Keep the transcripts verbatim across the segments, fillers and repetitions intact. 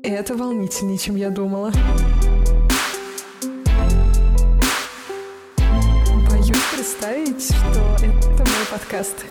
Это волнительнее, чем я думала. Боюсь представить, что это мой подкаст.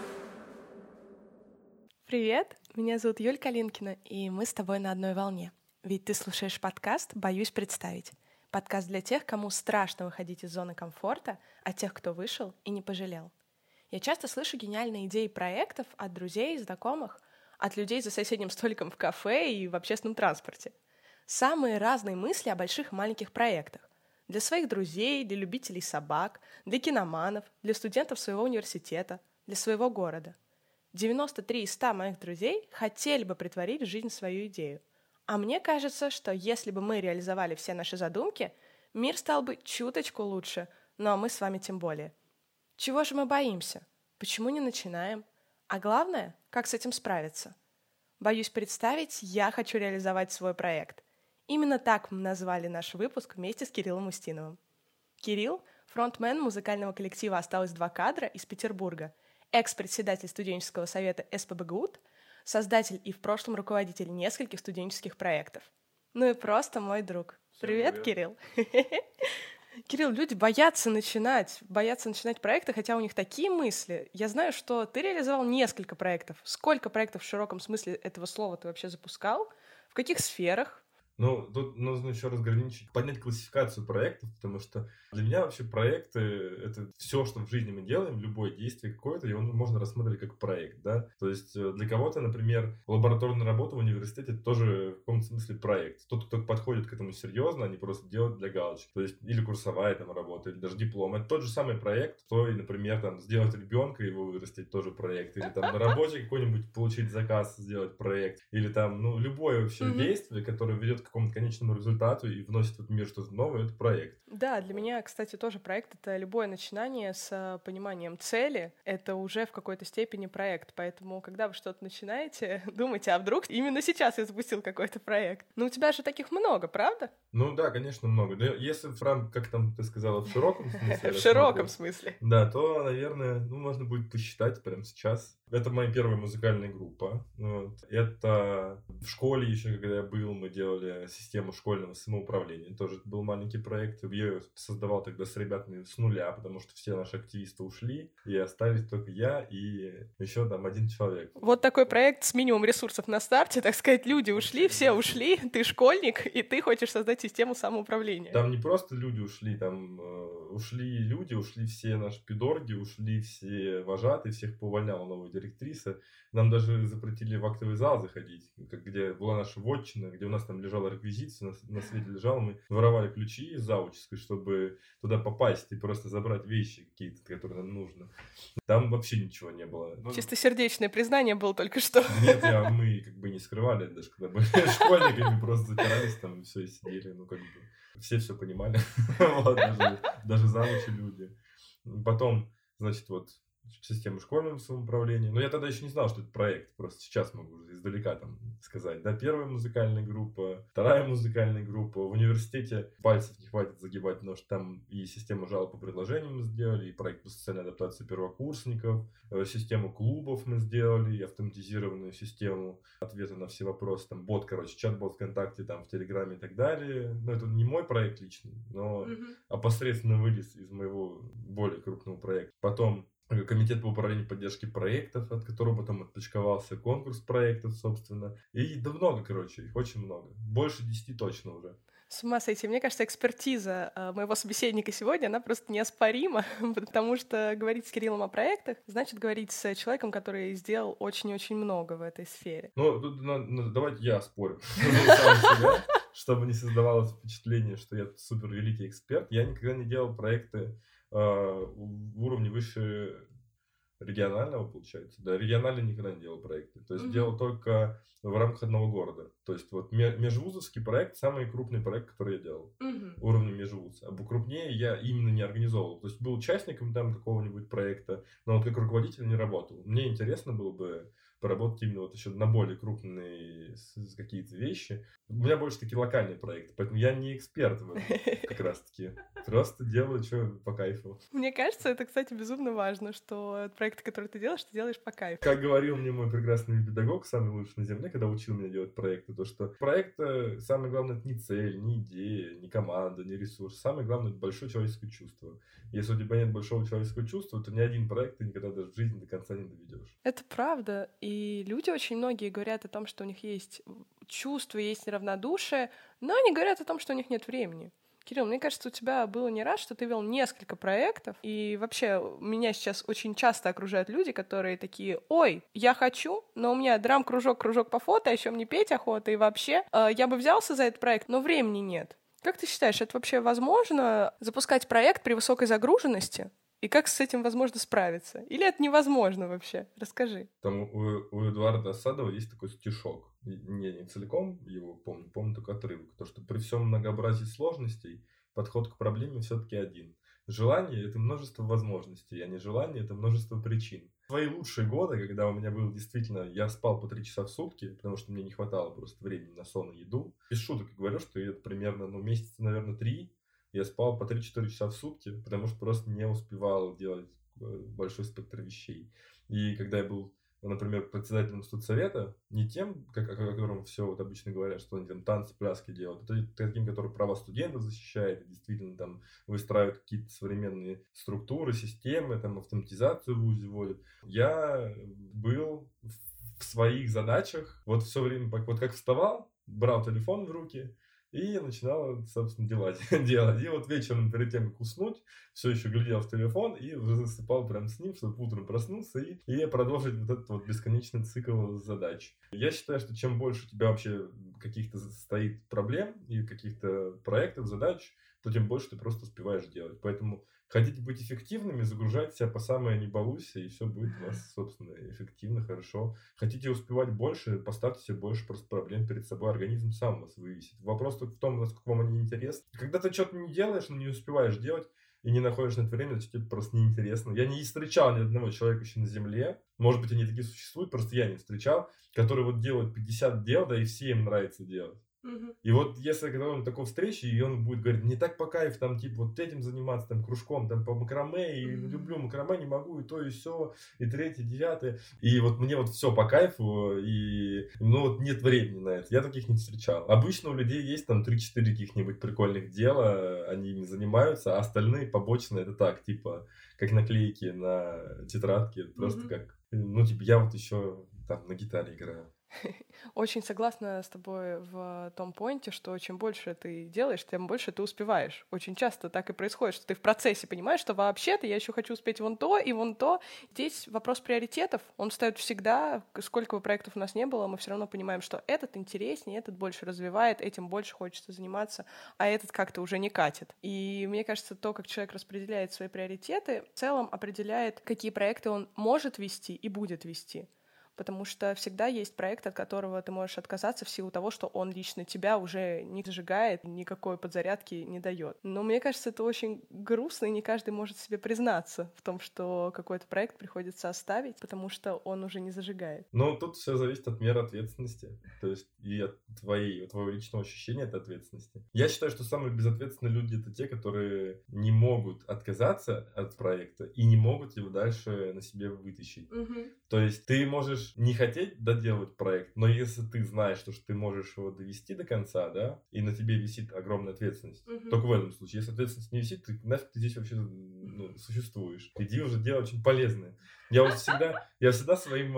Привет, меня зовут Юль Калинкина, и мы с тобой на одной волне. Ведь ты слушаешь подкаст «Боюсь представить». Подкаст для тех, кому страшно выходить из зоны комфорта, а тех, кто вышел и не пожалел. Я часто слышу гениальные идеи проектов от друзей, знакомых, от людей за соседним столиком в кафе и в общественном транспорте. Самые разные мысли о больших и маленьких проектах. Для своих друзей, для любителей собак, для киноманов, для студентов своего университета, для своего города. девяносто три из ста моих друзей хотели бы претворить в жизнь свою идею. А мне кажется, что если бы мы реализовали все наши задумки, мир стал бы чуточку лучше, но мы с вами тем более. Чего же мы боимся? Почему не начинаем? А главное, как с этим справиться? Боюсь представить, я хочу реализовать свой проект. Именно так мы назвали наш выпуск вместе с Кириллом Устиновым. Кирилл – фронтмен музыкального коллектива «Осталось два кадра» из Петербурга, экс-председатель студенческого совета эс пэ бэ гэ у тэ, создатель и в прошлом руководитель нескольких студенческих проектов. Ну и просто мой друг. Привет, привет, Кирилл. Кирилл, люди боятся начинать, боятся начинать проекты, хотя у них такие мысли. Я знаю, что ты реализовал несколько проектов. Сколько проектов в широком смысле этого слова ты вообще запускал? В каких сферах? Ну, тут нужно еще разграничить, поднять классификацию проектов, потому что для меня вообще проекты — это все, что в жизни мы делаем, любое действие какое-то, его можно рассматривать как проект, да. То есть для кого-то, например, лабораторная работа в университете — это тоже в каком-то смысле проект. Тот, кто подходит к этому серьезно, они просто делают для галочки. То есть или курсовая там работа, или даже диплом. Это тот же самый проект, что и, например, там сделать ребенка и его вырастить — тоже проект. Или там на работе какой-нибудь получить заказ, сделать проект. Или там, ну, любое вообще mm-hmm. действие, которое ведет к какому-то конечному результату и вносит в этот мир что-то новое, это проект. Да, для меня, кстати, тоже проект — это любое начинание с пониманием цели. Это уже в какой-то степени проект. Поэтому, когда вы что-то начинаете, думайте, а вдруг именно сейчас я запустил какой-то проект. Ну, у тебя же таких много, правда? Ну да, конечно, много. Но если в рамках, как там ты сказала, в широком смысле. В широком смысле. Да, то, наверное, ну, можно будет посчитать прямо сейчас. Это моя первая музыкальная группа. Вот. Это в школе еще, когда я был, мы делали систему школьного самоуправления. Тоже был маленький проект. Я ее создавал тогда с ребятами с нуля, потому что все наши активисты ушли, и остались только я и еще там один человек. Вот такой проект с минимум ресурсов на старте, так сказать, люди ушли, все ушли, ты школьник, и ты хочешь создать систему самоуправления. Там не просто люди ушли, там э, ушли люди, ушли все наши пидорги, ушли все вожатые, всех поувольняла новая директриса. Нам даже запретили в актовый зал заходить, где была наша вотчина, где у нас там лежала реквизиция, на, на свете лежала, мы воровали ключи из зауческой, чтобы туда попасть и просто забрать вещи какие-то, которые нам нужны. Там вообще ничего не было. Чистосердечное признание было только что. Нет, я, мы как бы не скрывали, даже когда были школьниками, просто запирались там и все, и сидели, ну как бы все все понимали, вот, даже, даже завучи люди. Потом, значит, вот систему школьного самоуправления. Но я тогда еще не знал, что это проект. Просто сейчас могу уже издалека там сказать. Да, первая музыкальная группа, вторая музыкальная группа. В университете пальцев не хватит загибать, потому что там и систему жалоб по предложениям мы сделали, и проект по социальной адаптации первокурсников, систему клубов мы сделали, и автоматизированную систему ответа на все вопросы. Там бот, короче, чат-бот ВКонтакте, там в Телеграме и так далее. Но это не мой проект личный, но mm-hmm. опосредственно вылез из моего более крупного проекта. Потом комитет по управлению поддержки проектов, от которого потом отпочковался конкурс проектов, собственно. И да много, короче, их очень много. Больше десяти точно уже. С ума сойти. Мне кажется, экспертиза моего собеседника сегодня, она просто неоспорима, потому что говорить с Кириллом о проектах значит говорить с человеком, который сделал очень-очень много в этой сфере. Ну, давайте я спорю. Чтобы не создавалось впечатление, что я супер великий эксперт. Я никогда не делал проекты в уровне выше регионального, получается. Да, регионально никогда не делал проекты. То есть mm-hmm. делал только в рамках одного города. То есть вот межвузовский проект — самый крупный проект, который я делал. Mm-hmm. Уровнем межвуз. А крупнее я именно не организовывал. То есть был участником там какого-нибудь проекта, но вот как руководитель не работал. Мне интересно было бы поработать именно вот еще на более крупной с- какие-то вещи. У меня больше такие локальные проекты, поэтому я не эксперт в этом как раз-таки. Просто делаю, что по кайфу. Мне кажется, это, кстати, безумно важно, что проекты, которые ты делаешь, ты делаешь по кайфу. Как говорил мне мой прекрасный педагог, самый лучший на земле, когда учил меня делать проекты, то что проект, э, самое главное, это не цель, не идея, не команда, не ресурс. Самое главное, это большое человеческое чувство. Если у тебя нет большого человеческого чувства, то ни один проект ты никогда даже в жизни до конца не доведешь. Это правда. И люди очень многие говорят о том, что у них есть чувство, есть неравнодушие, но они говорят о том, что у них нет времени. Кирилл, мне кажется, у тебя было не раз, что ты вел несколько проектов, и вообще меня сейчас очень часто окружают люди, которые такие: ой, я хочу, но у меня драм-кружок, кружок по фото, а еще мне петь охота, и вообще э, я бы взялся за этот проект, но времени нет. Как ты считаешь, это вообще возможно запускать проект при высокой загруженности? И как с этим возможно справиться? Или это невозможно вообще? Расскажи. Там у, у Эдуарда Асадова есть такой стишок. И- Не, не целиком его помню, помню только отрывок. То, что при всем многообразии сложностей подход к проблеме все-таки один. Желание — это множество возможностей, а не желание — это множество причин. В свои лучшие годы, когда у меня был действительно... Я спал по три часа в сутки, потому что мне не хватало просто времени на сон и еду. Без шуток говорю, что это примерно, ну, месяца, наверное, три. Я спал по три-четыре часа в сутки, потому что просто не успевал делать э, большой спектр вещей. И когда я был, например, председателем студсовета, не тем, как, о котором все вот обычно говорят, что они там танцы, пляски делают, это таким, который права студентов защищает, и действительно там выстраивает какие-то современные структуры, системы, там автоматизацию в ВУЗе вводит. Я был в своих задачах, вот все время, вот как вставал, брал телефон в руки, и начинал, собственно, делать, делать. И вот вечером, перед тем, как уснуть, все еще глядел в телефон и уже засыпал прям с ним, чтобы утром проснуться и, и продолжить вот этот вот бесконечный цикл задач. Я считаю, что чем больше у тебя вообще каких-то стоит проблем и каких-то проектов, задач, то тем больше ты просто успеваешь делать. Поэтому хотите быть эффективными, загружайте себя по самое не балуйся, и все будет у вас, собственно, эффективно, хорошо. Хотите успевать больше, поставьте себе больше просто проблем перед собой, организм сам вас вывесит. Вопрос только в том, насколько вам они интересны. Когда ты что-то не делаешь, но не успеваешь делать, и не находишь на это время, то тебе просто неинтересно. Я не встречал ни одного человека еще на Земле, может быть, они такие существуют, просто я не встречал, которые вот делают пятьдесят дел, да, и все им нравится делать. Мгм. И вот если когда он такой встречи, и он будет говорить: не так по кайфу, там, типа, вот этим заниматься, там, кружком, там, по макраме, и Мгм. люблю макраме, не могу, и то, и все, и третье, девятое. И вот мне вот все по кайфу, и, ну, вот нет времени на это. Я таких не встречал. Обычно у людей есть там три-четыре каких-нибудь прикольных дела, они ими занимаются, а остальные побочные, это так, типа, как наклейки на тетрадке, просто Мгм. как, ну, типа, я вот еще там на гитаре играю. Очень согласна с тобой в том поинте, что чем больше ты делаешь, тем больше ты успеваешь. Очень часто так и происходит, что ты в процессе понимаешь, что вообще-то я еще хочу успеть вон то и вон то. Здесь вопрос приоритетов, он встает всегда. Сколько бы проектов у нас не было, мы все равно понимаем, что этот интереснее, этот больше развивает, этим больше хочется заниматься, а этот как-то уже не катит. И мне кажется, то, как человек распределяет свои приоритеты, в целом определяет, какие проекты он может вести и будет вести. Потому что всегда есть проект, от которого ты можешь отказаться в силу того, что он лично тебя уже не зажигает, никакой подзарядки не дает. Но мне кажется, это очень грустно, и не каждый может себе признаться в том, что какой-то проект приходится оставить, потому что он уже не зажигает. Но тут все зависит от меры ответственности, то есть и от твоей, от твоего личного ощущения этой ответственности. Я считаю, что самые безответственные люди — это те, которые не могут отказаться от проекта и не могут его дальше на себе вытащить. То есть ты можешь не хотеть доделать проект, но если ты знаешь, что ты можешь его довести до конца, да, и на тебе висит огромная ответственность, Мгм. только в этом случае. Если ответственность не висит, ты нафиг ты здесь вообще, ну, существуешь. Иди уже делай очень полезное. Я вот всегда, я всегда своим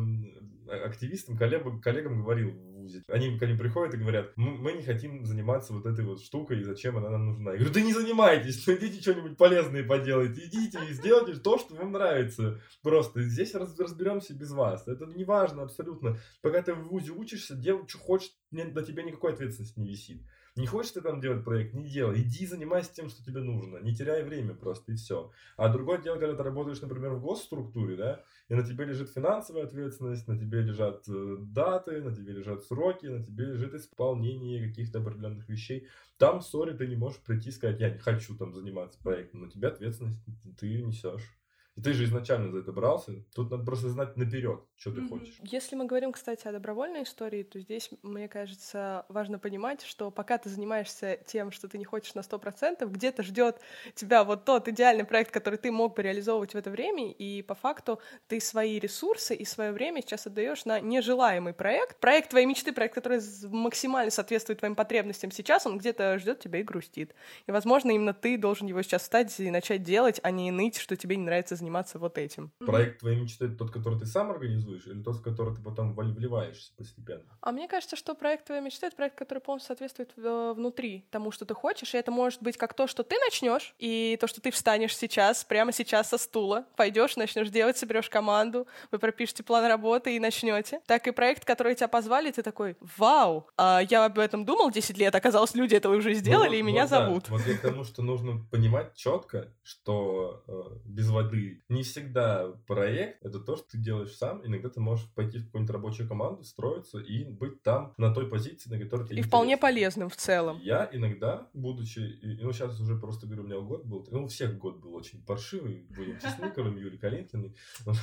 э, активистам, коллегам, коллегам говорил в ВУЗе. Они ко мне приходят и говорят: мы, мы не хотим заниматься вот этой вот штукой, и зачем она нам нужна. Я говорю: да не занимайтесь, ну идите что-нибудь полезное поделайте, идите и сделайте то, что вам нравится. Просто здесь раз, разберемся без вас. Это не важно абсолютно. Пока ты в ВУЗе учишься, делай, что хочешь, на тебя никакой ответственности не висит. Не хочешь ты там делать проект, не делай. Иди занимайся тем, что тебе нужно. Не теряй время просто, и все. А другое дело, когда ты работаешь, например, в госструктуре, да, и на тебе лежит финансовая ответственность, на тебе лежат э, даты, на тебе лежат сроки, на тебе лежит исполнение каких-то определенных вещей. Там, сори, ты не можешь прийти и сказать: я не хочу там заниматься проектом. На тебя ответственность ты несешь. И ты же изначально за это брался. Тут надо просто знать наперед, что ты mm-hmm. хочешь. Если мы говорим, кстати, о добровольной истории, то здесь, мне кажется, важно понимать, что пока ты занимаешься тем, что ты не хочешь на сто процентов, где-то ждет тебя вот тот идеальный проект, который ты мог бы реализовывать в это время, и по факту ты свои ресурсы и свое время сейчас отдаешь на нежелаемый проект. Проект твоей мечты, проект, который максимально соответствует твоим потребностям сейчас, он где-то ждет тебя и грустит. И, возможно, именно ты должен его сейчас встать и начать делать, а не ныть, что тебе не нравится заниматься вот этим. Проект твоей мечты — это тот, который ты сам организуешь, или тот, в который ты потом вливаешься постепенно? А мне кажется, что проект твоей мечты — это проект, который полностью соответствует внутри тому, что ты хочешь, и это может быть как то, что ты начнешь, и то, что ты встанешь сейчас, прямо сейчас со стула, пойдешь, начнешь делать, соберешь команду, вы пропишете план работы и начнете. Так и проект, который тебя позвали, ты такой: вау, а я об этом думал десять лет, оказалось, люди этого уже сделали, ну, и меня вот зовут. Да. Вот я к тому, что нужно понимать четко, что э, без воды не всегда проект — это то, что ты делаешь сам. Иногда ты можешь пойти в какую-нибудь рабочую команду, строиться и быть там на той позиции, на которой тебе И интересно. вполне полезным в целом. Я иногда, будучи, и, ну сейчас уже просто говорю, у меня год был, ну у всех год был очень паршивый, будем честны, кроме Юли Калинкиной.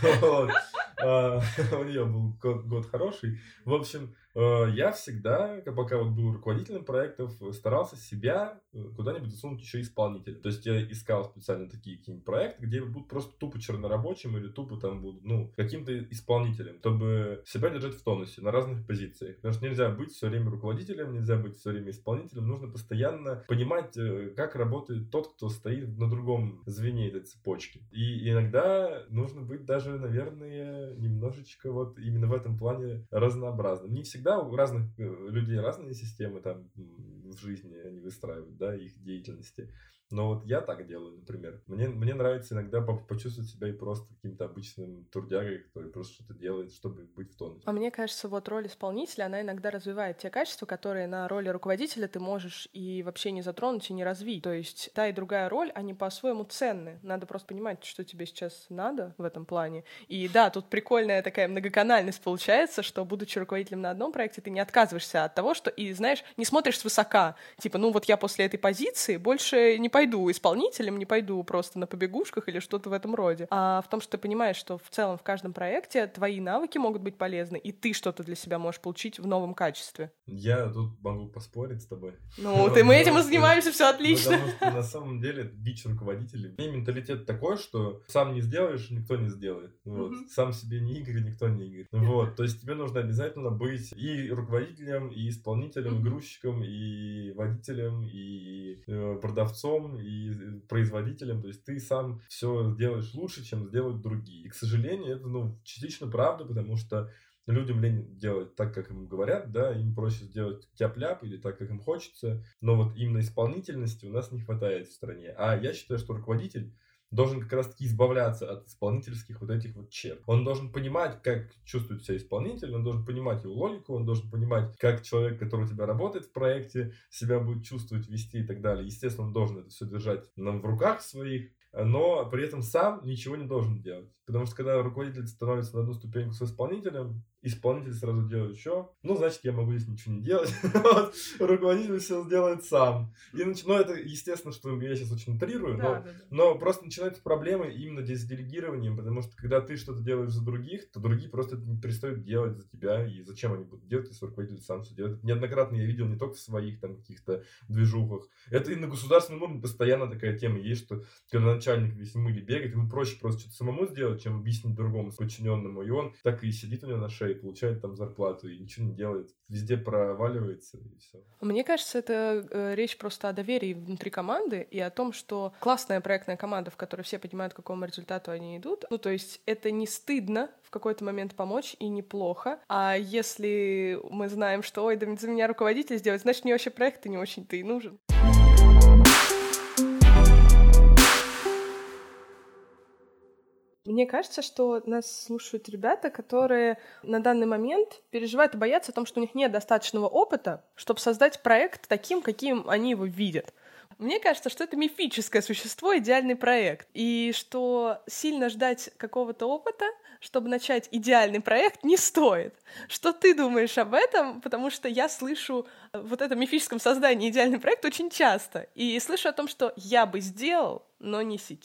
У нее был год хороший. В общем, я всегда, пока вот был руководителем проектов, старался себя куда-нибудь засунуть еще исполнителя. То есть я искал специально такие какие-нибудь проекты, где будут просто тупо чернорабочим или тупо там будут, ну, каким-то исполнителем, чтобы себя держать в тонусе на разных позициях. Потому что нельзя быть все время руководителем, нельзя быть все время исполнителем. Нужно постоянно понимать, как работает тот, кто стоит на другом звене этой цепочки. И иногда нужно быть даже, наверное, немножечко вот именно в этом плане разнообразным. Не всегда у разных людей разные системы там в жизни они выстраивают, да, их деятельности. Но вот я так делаю, например. Мне, мне нравится иногда почувствовать себя и просто каким-то обычным трудягой, который просто что-то делает, чтобы быть в тонусе. А мне кажется, вот роль исполнителя, она иногда развивает те качества, которые на роли руководителя ты можешь и вообще не затронуть, и не развить. То есть та и другая роль, они по-своему ценны. Надо просто понимать, что тебе сейчас надо в этом плане. И да, тут прикольная такая многоканальность получается, что, будучи руководителем на одном проекте, ты не отказываешься от того, что, и, знаешь, не смотришь свысока. Типа, ну вот я после этой позиции больше не пойду пойду исполнителем, не пойду просто на побегушках или что-то в этом роде. А в том, что ты понимаешь, что в целом в каждом проекте твои навыки могут быть полезны, и ты что-то для себя можешь получить в новом качестве. Я тут могу поспорить с тобой. Ну, ты, мы этим и занимаемся, все отлично. Потому что на самом деле бич руководителей. И менталитет такой, что сам не сделаешь, никто не сделает. Вот. Mm-hmm. Сам себе не Игорь, никто не Игорь. Вот. То есть тебе нужно обязательно быть и руководителем, и исполнителем, mm-hmm. и грузчиком, и водителем, и э, продавцом, и производителем. То есть ты сам все делаешь лучше, чем сделают другие. И, к сожалению, это, ну, частично правда, потому что людям лень делать так, как им говорят, да, им проще сделать тяп-ляп или так, как им хочется, но вот именно исполнительности у нас не хватает в стране. А я считаю, что руководитель должен как раз-таки избавляться от исполнительских вот этих вот черт. Он должен понимать, как чувствует себя исполнитель, он должен понимать его логику, он должен понимать, как человек, который у тебя работает в проекте, себя будет чувствовать, вести и так далее. Естественно, он должен это все держать нам в руках своих, но при этом сам ничего не должен делать. Потому что когда руководитель становится на одну ступеньку с исполнителем, исполнитель сразу делает еще, ну, значит, я могу здесь ничего не делать. Руководитель все сделает сам. И, ну, это естественно, что я сейчас очень утрирую, да, но, да, да. но просто начинаются проблемы именно с делегированием, потому что когда ты что-то делаешь за других, то другие просто не перестают делать за тебя, и зачем они будут делать, если руководитель сам все делает. Неоднократно я видел не только в своих там каких-то движухах. Это и на государственном уровне постоянно такая тема есть, что когда начальник весь мыли бегает, ему проще просто что-то самому сделать, чем объяснить другому подчиненному, и он так и сидит у него на шее, получает там зарплату и ничего не делает, везде проваливается и все. Мне кажется, это э, речь просто о доверии внутри команды и о том, что классная проектная команда, в которой все понимают, к какому результату они идут, ну то есть это не стыдно в какой-то момент помочь и неплохо, а если мы знаем, что ой, да за меня руководитель сделает, значит мне вообще проект не очень-то и нужен. Мне кажется, что нас слушают ребята, которые на данный момент переживают и боятся о том, что у них нет достаточного опыта, чтобы создать проект таким, каким они его видят. Мне кажется, что это мифическое существо, идеальный проект, и что сильно ждать какого-то опыта, чтобы начать идеальный проект, не стоит. Что ты думаешь об этом? Потому что я слышу вот это мифическом создании идеальный проект очень часто, и слышу о том, что я бы сделал, но не сейчас.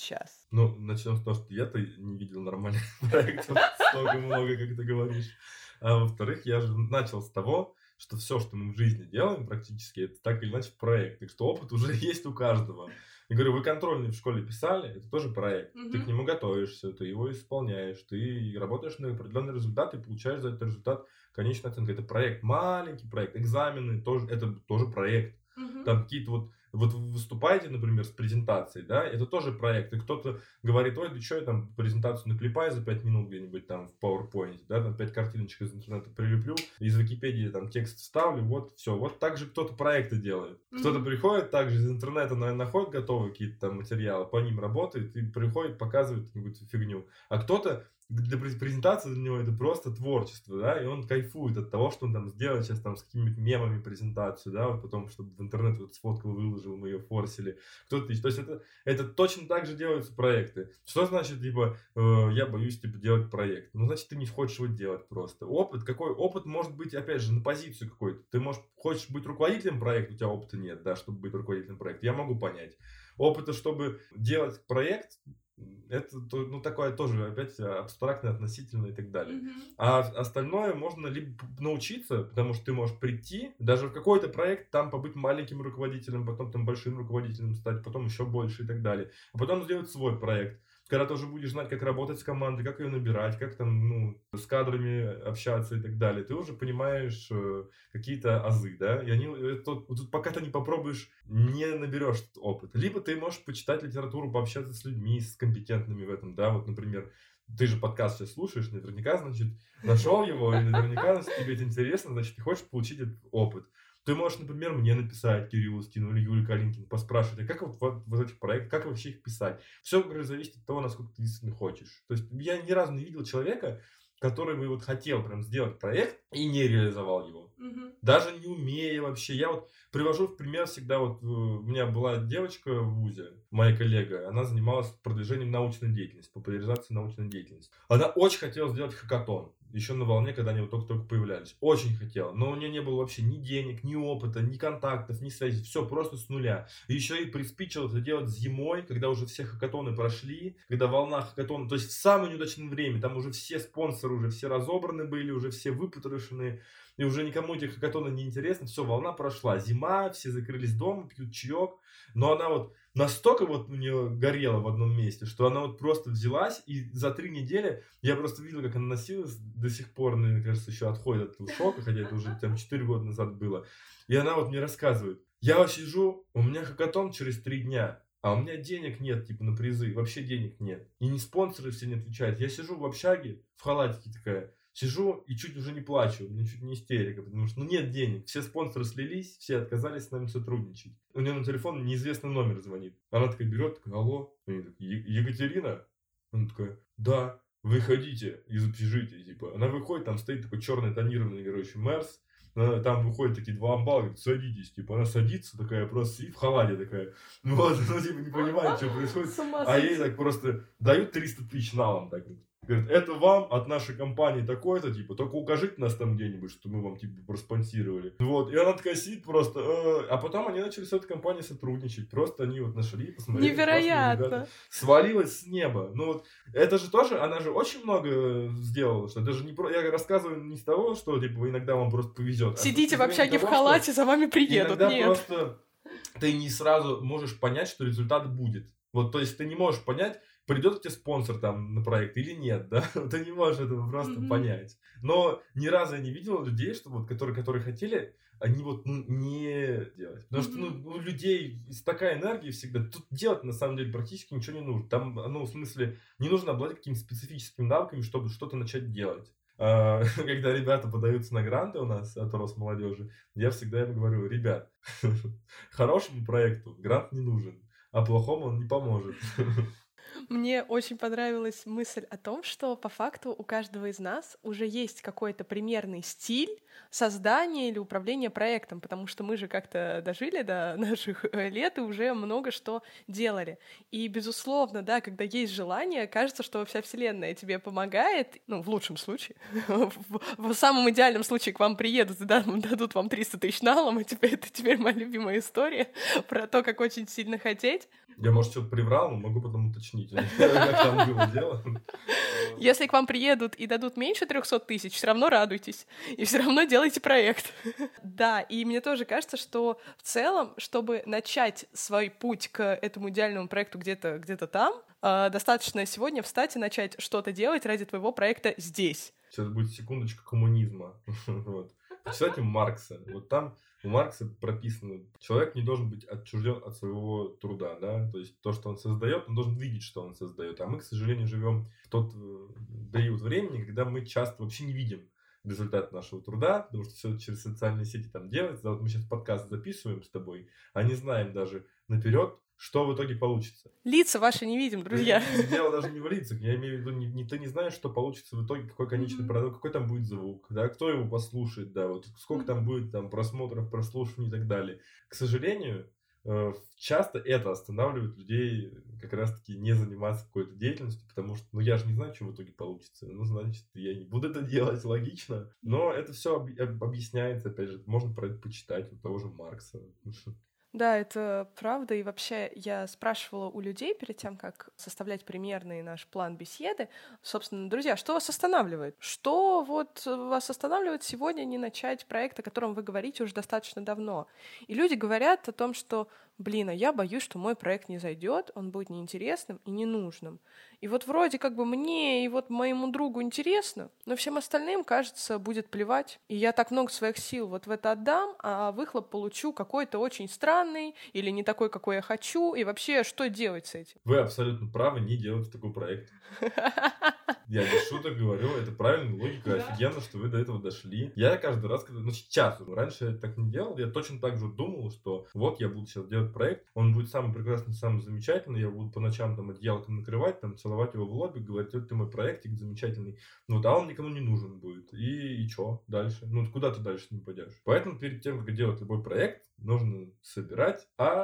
Ну, начнем с того, что я-то не видел нормальных проектов столько много, как ты говоришь. А во-вторых, я же начал с того, что все, что мы в жизни делаем практически, это так или иначе проект. И что опыт уже есть у каждого. Я говорю, вы контрольные в школе писали, это тоже проект. Mm-hmm. Ты к нему готовишься, ты его исполняешь, ты работаешь на определенный результат и получаешь за этот результат конечную оценку. Это проект, маленький проект, экзамены, тоже, это тоже проект. Mm-hmm. Там какие-то вот, вот вы выступаете, например, с презентацией, да, это тоже проект. И кто-то говорит, ой, ты что, я там презентацию наклепаю за пять минут где-нибудь там в PowerPoint, да, там пять картиночек из интернета прилеплю, из Википедии там текст вставлю, вот, все. Вот так же кто-то проекты делает. Mm-hmm. Кто-то приходит также из интернета, находит готовые какие-то там материалы, по ним работает и приходит, показывает какую-то фигню. А кто-то для презентации для него это просто творчество, да, и он кайфует от того, что он там сделает сейчас там с какими-то мемами презентацию, да, вот потом, чтобы в интернет вот сфоткал, выложил, мы ее форсили. Кто-то, то есть это, это точно так же делаются проекты. Что значит, типа, э, я боюсь, типа, делать проект? Ну, значит, ты не хочешь его делать просто. Опыт, какой опыт может быть, опять же, на позицию какой-то. Ты, можешь, хочешь быть руководителем проекта, у тебя опыта нет, да, чтобы быть руководителем проекта. Я могу понять. Опыта, чтобы делать проект, это, ну, такое тоже, опять, абстрактно, относительно и так далее. Mm-hmm. А остальное можно либо научиться, потому что ты можешь прийти, даже в какой-то проект, там побыть маленьким руководителем, потом там большим руководителем стать, потом еще больше и так далее. А потом сделать свой проект. Когда ты уже будешь знать, как работать с командой, как ее набирать, как там, ну, с кадрами общаться и так далее, ты уже понимаешь э, какие-то азы, да, и они, это, вот, пока ты не попробуешь, не наберешь этот опыт. Либо ты можешь почитать литературу, пообщаться с людьми, с компетентными в этом, да, вот, например, ты же подкаст сейчас слушаешь, наверняка, значит, нашел его, и наверняка тебе это интересно, значит, ты хочешь получить этот опыт. Ты можешь, например, мне написать, Кириллу Устину или Юле Калинкину, поспрашивать, а как вот, вот, вот этих проектов, как вообще их писать? Все, говорю, зависит от того, насколько ты действительно хочешь. То есть я ни разу не видел человека, который бы вот хотел прям сделать проект и не реализовал его. Mm-hmm. Даже не умея вообще. Я вот привожу в пример всегда, вот у меня была девочка в вузе, моя коллега, она занималась продвижением научной деятельности, популяризацией научной деятельности. Она очень хотела сделать хакатон. Еще на волне, когда они вот только-только появлялись. Очень хотела. Но у нее не было вообще ни денег, ни опыта, ни контактов, ни связи. Все просто с нуля. И еще и приспичило это делать зимой, когда уже все хакатоны прошли, когда волна хакатона, то есть в самое неудачное время, там уже все спонсоры уже все разобраны были, уже все выпотрошены, и уже никому эти хакатоны не интересны. Все, волна прошла. Зима, все закрылись дома, пьют чаек. Но она вот настолько вот у нее горела в одном месте, что она вот просто взялась, и за три недели я просто видел, как она носилась, до сих пор, мне кажется, еще отходит от этого шока, хотя это уже там четыре года назад было. И она вот мне рассказывает, я вот сижу, у меня хакатон через три дня, а у меня денег нет, типа, на призы, вообще денег нет. И не спонсоры все не отвечают. Я сижу в общаге, в халатике такая, сижу и чуть уже не плачу, у меня чуть не истерика, потому что ну нет денег, все спонсоры слились, все отказались с нами сотрудничать. У нее на телефон неизвестный номер звонит. Она такая берет, такая, алло, они такие, Екатерина? Она такая, да, выходите из общежития, типа. Она выходит, там стоит такой черный тонированный, короче, Мерс, там выходят такие два амбала, говорит, садитесь, типа, она садится такая, просто сидит в халате такая, ну вот, ну типа не понимает, что происходит, а ей так просто дают триста тысяч налом, так вот. Говорит, это вам от нашей компании такой-то, типа, только укажите нас там где-нибудь, что мы вам, типа, проспонсировали. Вот, и она такая сидит просто, э, а потом они начали с этой компанией сотрудничать, просто они вот нашли, посмотрели. Невероятно. Свалилась с неба. Ну вот, это же тоже, она же очень много сделала, что это же не про... Я рассказываю не с того, что, типа, иногда вам просто повезет. Сидите а в общаге того, в халате, за вами приедут, иногда нет. просто ты не сразу можешь понять, что результат будет. Вот, то есть ты не можешь понять, придет к тебе спонсор там на проект или нет, да? Ты не можешь этого просто mm-hmm. понять. Но ни разу я не видел людей, что вот, которые, которые хотели, они вот ну, не делать. Потому mm-hmm. что ну, у людей такая энергия всегда. Тут делать на самом деле практически ничего не нужно. Там, ну, в смысле, не нужно обладать какими-то специфическими навыками, чтобы что-то начать делать. А, когда ребята подаются на гранты у нас от Росмолодежи, я всегда им говорю, ребят, хорошему проекту грант не нужен, а плохому он не поможет. Мне очень понравилась мысль о том, что по факту у каждого из нас уже есть какой-то примерный стиль создания или управления проектом, потому что мы же как-то дожили до наших лет и уже много что делали. И, безусловно, да, когда есть желание, кажется, что вся вселенная тебе помогает, ну, в лучшем случае. В, в самом идеальном случае к вам приедут и дадут вам триста тысяч налом, и теперь это теперь моя любимая история про то, как очень сильно хотеть. Я, может, что-то приврал, но могу потом уточнить. Я не знаю, как там было дело. Если к вам приедут и дадут меньше трехсот тысяч, все равно радуйтесь. И все равно делайте проект. Да, и мне тоже кажется, что в целом, чтобы начать свой путь к этому идеальному проекту где-то, где-то там, достаточно сегодня встать и начать что-то делать ради твоего проекта здесь. Сейчас будет секундочка коммунизма. Вот. Почитайте Маркса. Вот там у Маркса прописано, человек не должен быть отчужден от своего труда, да, то есть то, что он создает, он должен видеть, что он создает. А мы, к сожалению, живем в тот период времени, когда мы часто вообще не видим результат нашего труда, потому что все через социальные сети там делается. Вот мы сейчас подкаст записываем с тобой, а не знаем даже наперед, что в итоге получится. Лица ваши не видим, друзья. Дело даже не в лицах. Я имею в виду, не, не, ты не знаешь, что получится в итоге, какой конечный mm-hmm. продукт, какой там будет звук, да, кто его послушает, да, вот сколько mm-hmm. там будет там просмотров, прослушиваний и так далее. К сожалению, э, часто это останавливает людей как раз-таки не заниматься какой-то деятельностью, потому что, ну, я же не знаю, что в итоге получится. Ну, значит, я не буду это делать, логично. Но это все об, об, объясняется, опять же, можно про это почитать у того же Маркса. Да, это правда. И вообще я спрашивала у людей перед тем, как составлять примерный наш план беседы, собственно, друзья, что вас останавливает? Что вот вас останавливает сегодня не начать проект, о котором вы говорите уже достаточно давно? И люди говорят о том, что, блин, а я боюсь, что мой проект не зайдет, он будет неинтересным и ненужным. И вот вроде как бы мне и вот моему другу интересно, но всем остальным, кажется, будет плевать. И я так много своих сил вот в это отдам, а выхлоп получу какой-то очень странный или не такой, какой я хочу. И вообще, что делать с этим? Вы абсолютно правы, не делайте такой проект. Я без шуток говорю, это правильная логика, да. Офигенно, что вы до этого дошли. Я каждый раз, когда, ну сейчас, раньше я так не делал, я точно так же думал, что вот я буду сейчас делать проект, он будет самый прекрасный, самый замечательный, я буду по ночам там одеялком накрывать, там целовать его в лобик, говорить, вот ты мой проектик замечательный, вот, а он никому не нужен будет. И, и что дальше? Ну, куда ты дальше не пойдешь? Поэтому перед тем, как делать любой проект, нужно собирать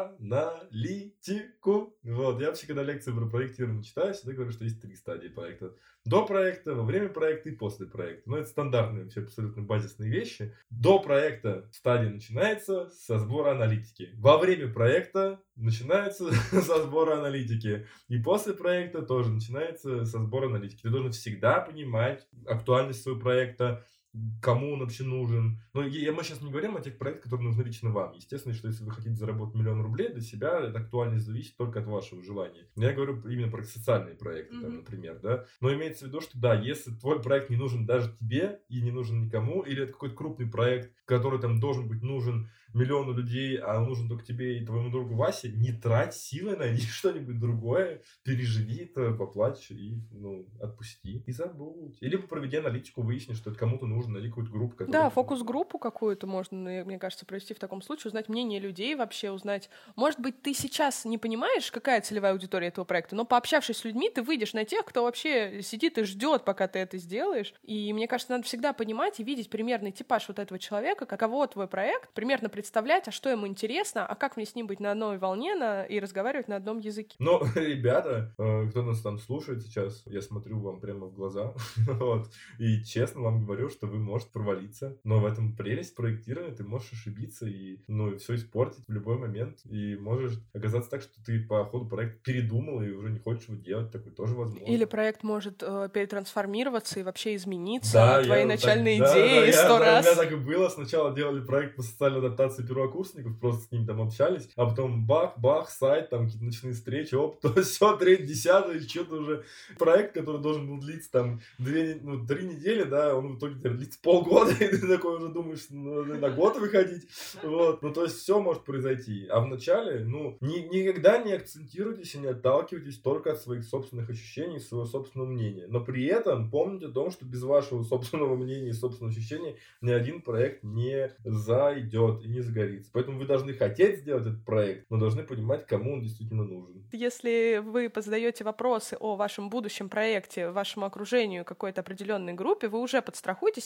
аналитику. Вот, я вообще, когда лекции про проектирование читаю, всегда говорю, что есть три стадии проекта. До проекта, во время проекта и после проекта. Ну, это стандартные вообще абсолютно базисные вещи. До проекта стадия начинается со сбора аналитики. Во время проекта начинается со сбора аналитики. И после проекта тоже начинается со сбора аналитики. Ты должен всегда понимать актуальность своего проекта, кому он вообще нужен. Но я, мы сейчас не говорим о тех проектах, которые нужны лично вам. Естественно, что если вы хотите заработать миллион рублей для себя, эта актуальность зависит только от вашего желания. Но я говорю именно про социальные проекты, mm-hmm. там, например, да. Но имеется в виду, что да, если твой проект не нужен даже тебе и не нужен никому, или это какой-то крупный проект, который там должен быть нужен миллиону людей, а он нужен только тебе и твоему другу Васе, не трать силы, найди что-нибудь другое, переживи это, поплачь и, ну, отпусти и забудь. Или проведи аналитику, выясни, что это кому-то нужно, или какую-то группу. Которая... Да, фокус-группу какую-то можно, мне кажется, провести в таком случае, узнать мнение людей вообще, узнать. Может быть, ты сейчас не понимаешь, какая целевая аудитория этого проекта, но пообщавшись с людьми, ты выйдешь на тех, кто вообще сидит и ждет, пока ты это сделаешь. И мне кажется, надо всегда понимать и видеть примерный типаж вот этого человека, каково твой проект, примерно представлять, а что ему интересно, а как мне с ним быть на одной волне на... и разговаривать на одном языке. Ну, ребята, э, кто нас там слушает сейчас, я смотрю вам прямо в глаза, вот, и честно вам говорю, что вы можете провалиться, но в этом прелесть проектирования, ты можешь ошибиться и, ну, все испортить в любой момент, и можешь оказаться так, что ты по ходу проекта передумал и уже не хочешь его делать, такое тоже возможно. Или проект может э, перетрансформироваться и вообще измениться, да, твои начальные так, идеи сто да, раз. Да, у меня так и было, сначала делали проект по социальной адаптации первокурсников, просто с ними там общались, а потом бах-бах, сайт, там какие-то ночные встречи, оп, то все, треть, десятое, что-то уже проект, который должен был длиться там две, ну, три недели, да, он в итоге длится полгода, и ты такой уже думаешь, ну, на год выходить, вот, ну, то есть все может произойти, а в начале, ну, ни, никогда не акцентируйтесь и не отталкивайтесь только от своих собственных ощущений, своего собственного мнения, но при этом помните о том, что без вашего собственного мнения и собственного ощущения ни один проект не зайдет и не загорится, поэтому вы должны хотеть сделать этот проект, но должны понимать, кому он действительно нужен. Если вы задаете вопросы о вашем будущем проекте, вашему окружению, какой-то определенной группе, вы уже подстрахуйтесь и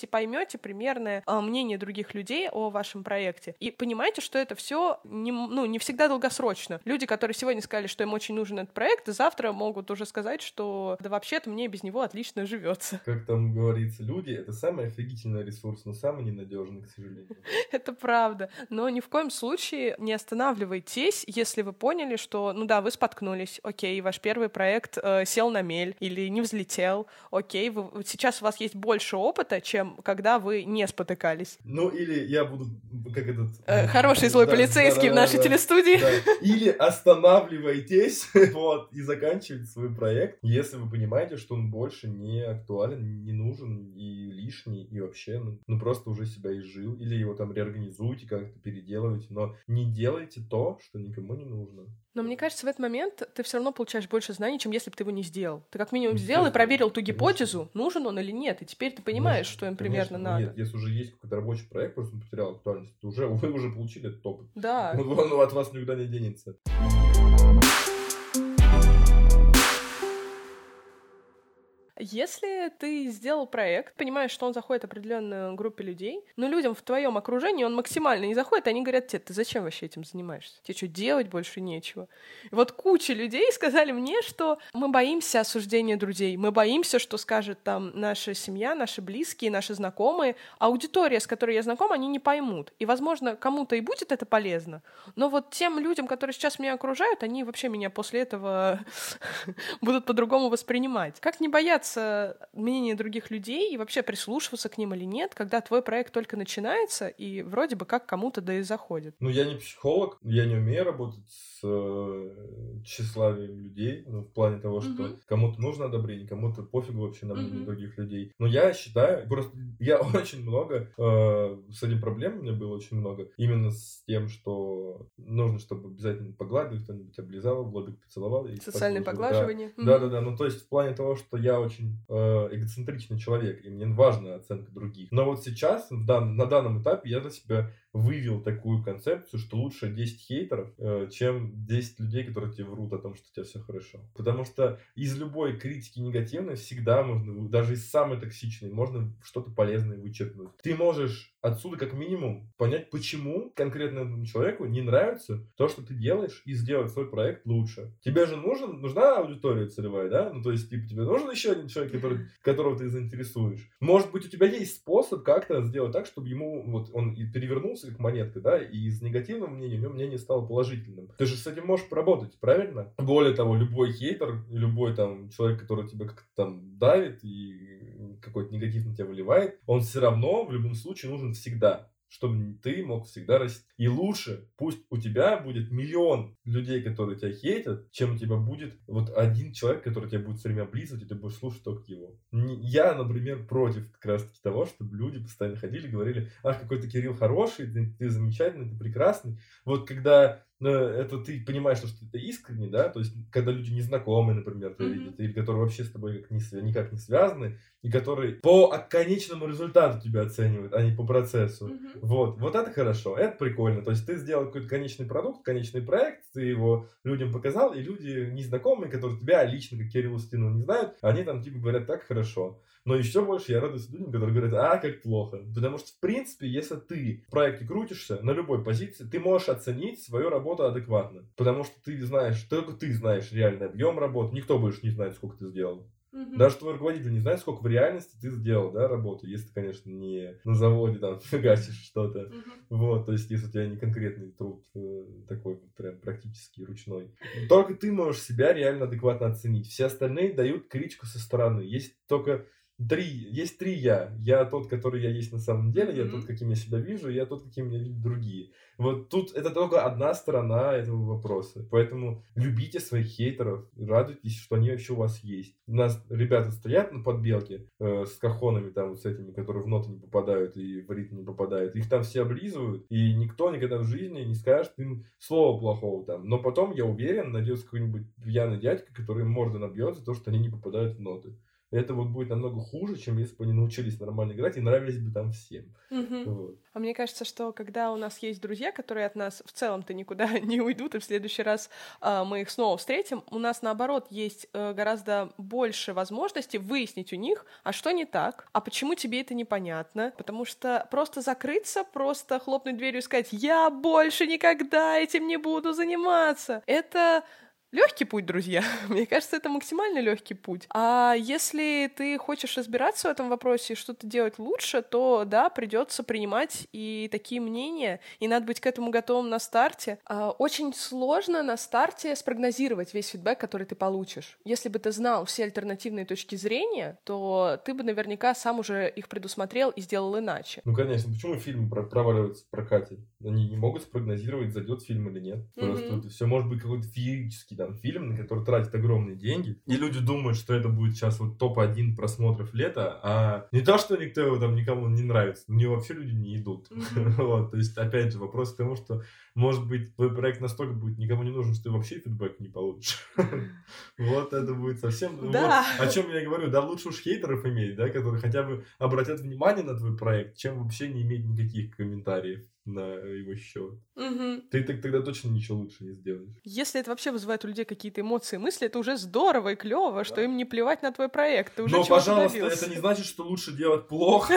слушаете, поймете примерное а, мнение других людей о вашем проекте. И понимаете, что это все не, ну, не всегда долгосрочно. Люди, которые сегодня сказали, что им очень нужен этот проект, завтра могут уже сказать, что да вообще-то мне без него отлично живется. Как там говорится, люди — это самый офигительный ресурс, но самый ненадежный, к сожалению. Это правда. Но ни в коем случае не останавливайтесь, если вы поняли, что, ну да, вы споткнулись, окей, ваш первый проект э, сел на мель или не взлетел, окей, вы, сейчас у вас есть больше опыта, чем когда вы не спотыкались. Ну, или я буду, как этот... Э, хороший злой да, полицейский да, да, в нашей да, телестудии. Да. Или останавливайтесь вот, и заканчивайте свой проект, если вы понимаете, что он больше не актуален, не нужен и лишний, и вообще, ну, ну просто уже себя изжил. Или его там реорганизуйте, как-то переделывайте, но не делайте то, что никому не нужно. Но мне кажется, в этот момент ты все равно получаешь больше знаний, чем если бы ты его не сделал. Ты как минимум сделал и проверил ту гипотезу, конечно, нужен он или нет, и теперь ты понимаешь, конечно, что им примерно конечно, надо. Нет, если уже есть какой-то рабочий проект, просто он потерял актуальность, то уже, вы уже получили этот опыт. Да. Он, он от вас никуда не денется. Если ты сделал проект, понимаешь, что он заходит определенной группе людей, но людям в твоем окружении он максимально не заходит, они говорят тебе: ты зачем вообще этим занимаешься? Тебе что, делать больше нечего? И вот куча людей сказали мне, что мы боимся осуждения друзей, мы боимся, что скажет там наша семья, наши близкие, наши знакомые. Аудитория, с которой я знакома, они не поймут. И, возможно, кому-то и будет это полезно, но вот тем людям, которые сейчас меня окружают, они вообще меня после этого будут по-другому воспринимать. Как не бояться мнения других людей и вообще прислушиваться к ним или нет, когда твой проект только начинается и вроде бы как кому-то да и заходит? Ну, я не психолог, я не умею работать с э, тщеславием людей, ну, в плане того, что uh-huh. кому-то нужно одобрение, кому-то пофигу вообще на мнение uh-huh. других людей. Но я считаю, просто я очень много, э, с этим проблем у меня было очень много, именно с тем, что нужно, чтобы обязательно погладили, кто-нибудь облизал, в лобик поцеловал. И социальное поглаживание. Да-да-да, uh-huh. ну, то есть в плане того, что я очень э, эгоцентричный человек, и мне важна оценка других. Но вот сейчас, в дан, на данном этапе, я для себя вывел такую концепцию, что лучше десять хейтеров, э, чем десять людей, которые тебе врут о том, что у тебя все хорошо. Потому что из любой критики негативной всегда можно, даже из самой токсичной, можно что-то полезное вычеркнуть. Ты можешь отсюда как минимум понять, почему конкретно этому человеку не нравится то, что ты делаешь, и сделать свой проект лучше. Тебе же нужен, нужна аудитория целевая, да? Ну, то есть, типа, тебе нужен еще один человек, который, которого ты заинтересуешь. Может быть, у тебя есть способ как-то сделать так, чтобы ему, вот, он и перевернулся как монетка, да, и из негативного мнения у него мнение стало положительным. Ты же с этим можешь поработать, правильно? Более того, любой хейтер, любой там человек, который тебя как-то там давит и какой-то негатив на тебя выливает, он все равно в любом случае нужен всегда, чтобы ты мог всегда расти. И лучше пусть у тебя будет миллион людей, которые тебя хейтят, чем у тебя будет вот один человек, который тебя будет все время облизывать, и ты будешь слушать только его. Я, например, против как раз-таки того, чтобы люди постоянно ходили и говорили: ах, какой ты, Кирилл, хороший, ты, ты замечательный, ты прекрасный. Вот когда это ты понимаешь, что это искренне, да, то есть когда люди незнакомые, например, тебя mm-hmm. видят, или которые вообще с тобой как не, никак не связаны, и которые по конечному результату тебя оценивают, а не по процессу. Mm-hmm. Вот, вот это хорошо, это прикольно. То есть ты сделал какой-то конечный продукт, конечный проект, ты его людям показал, и люди незнакомые, которые тебя лично, как Кирилл Устинова, не знают, они там типа говорят: так хорошо. Но еще больше я радуюсь людям, которые говорят: а, как плохо. Потому что, в принципе, если ты в проекте крутишься на любой позиции, ты можешь оценить свою работу адекватно. Потому что ты знаешь, только ты знаешь реальный объем работы, никто больше не знает, сколько ты сделал. Mm-hmm. Даже твой руководитель не знает, сколько в реальности ты сделал, да, работу, если ты, конечно, не на заводе там фигачишь что-то. Mm-hmm. Вот, то есть, если у тебя не конкретный труд э, такой прям практически ручной. Только ты можешь себя реально адекватно оценить. Все остальные дают критику со стороны. Есть только Три, есть три я. Я тот, который я есть на самом деле, mm-hmm. я тот, каким я себя вижу, и я тот, каким меня видят другие. Вот тут это только одна сторона этого вопроса. Поэтому любите своих хейтеров, радуйтесь, что они вообще у вас есть. У нас ребята стоят на подбелке э, с кахонами, там, вот с этими, которые в ноты не попадают и в ритм не попадают. Их там все облизывают, и никто никогда в жизни не скажет им слова плохого там. Но потом, я уверен, найдется какой-нибудь пьяный дядька, который мордой набьет за то, что они не попадают в ноты. это вот будет намного хуже, чем если бы они научились нормально играть и нравились бы там всем. Мгм. Вот. А мне кажется, что когда у нас есть друзья, которые от нас в целом-то никуда не уйдут, и в следующий раз а, мы их снова встретим, у нас, наоборот, есть э, гораздо больше возможностей выяснить у них, а что не так, а почему тебе это непонятно, потому что просто закрыться, просто хлопнуть дверью и сказать «я больше никогда этим не буду заниматься», это... Легкий путь, друзья. Мне кажется, это максимально легкий путь. А если ты хочешь разбираться в этом вопросе и что-то делать лучше, то да, придется принимать и такие мнения, и надо быть к этому готовым на старте. А, очень сложно на старте спрогнозировать весь фидбэк, который ты получишь. Если бы ты знал все альтернативные точки зрения, то ты бы наверняка сам уже их предусмотрел и сделал иначе. Ну, конечно, почему фильмы про- проваливаются в прокате? Они не могут спрогнозировать, зайдет фильм или нет. Просто Мгм. это все может быть какой-то феерический там фильм, на который тратят огромные деньги. И люди думают, что это будет сейчас вот топ один просмотров лета, а не то, что никто его там никому не нравится, на него вообще люди не идут. Мгм. Вот, то есть, опять же, вопрос к тому, что, может быть, твой проект настолько будет никому не нужен, что ты вообще фидбэк не получишь. Вот это будет совсем... Вот Да. о чем я говорю, да, лучше уж хейтеров иметь, да, которые хотя бы обратят внимание на твой проект, чем вообще не иметь никаких комментариев на его счет. Мгм. Ты так тогда точно ничего лучше не сделаешь. Если это вообще вызывает у людей какие-то эмоции, мысли, это уже здорово и клево, что Да. им не плевать на твой проект. Ты уже Но, чего-то пожалуйста, добился. это не значит, что лучше делать плохо,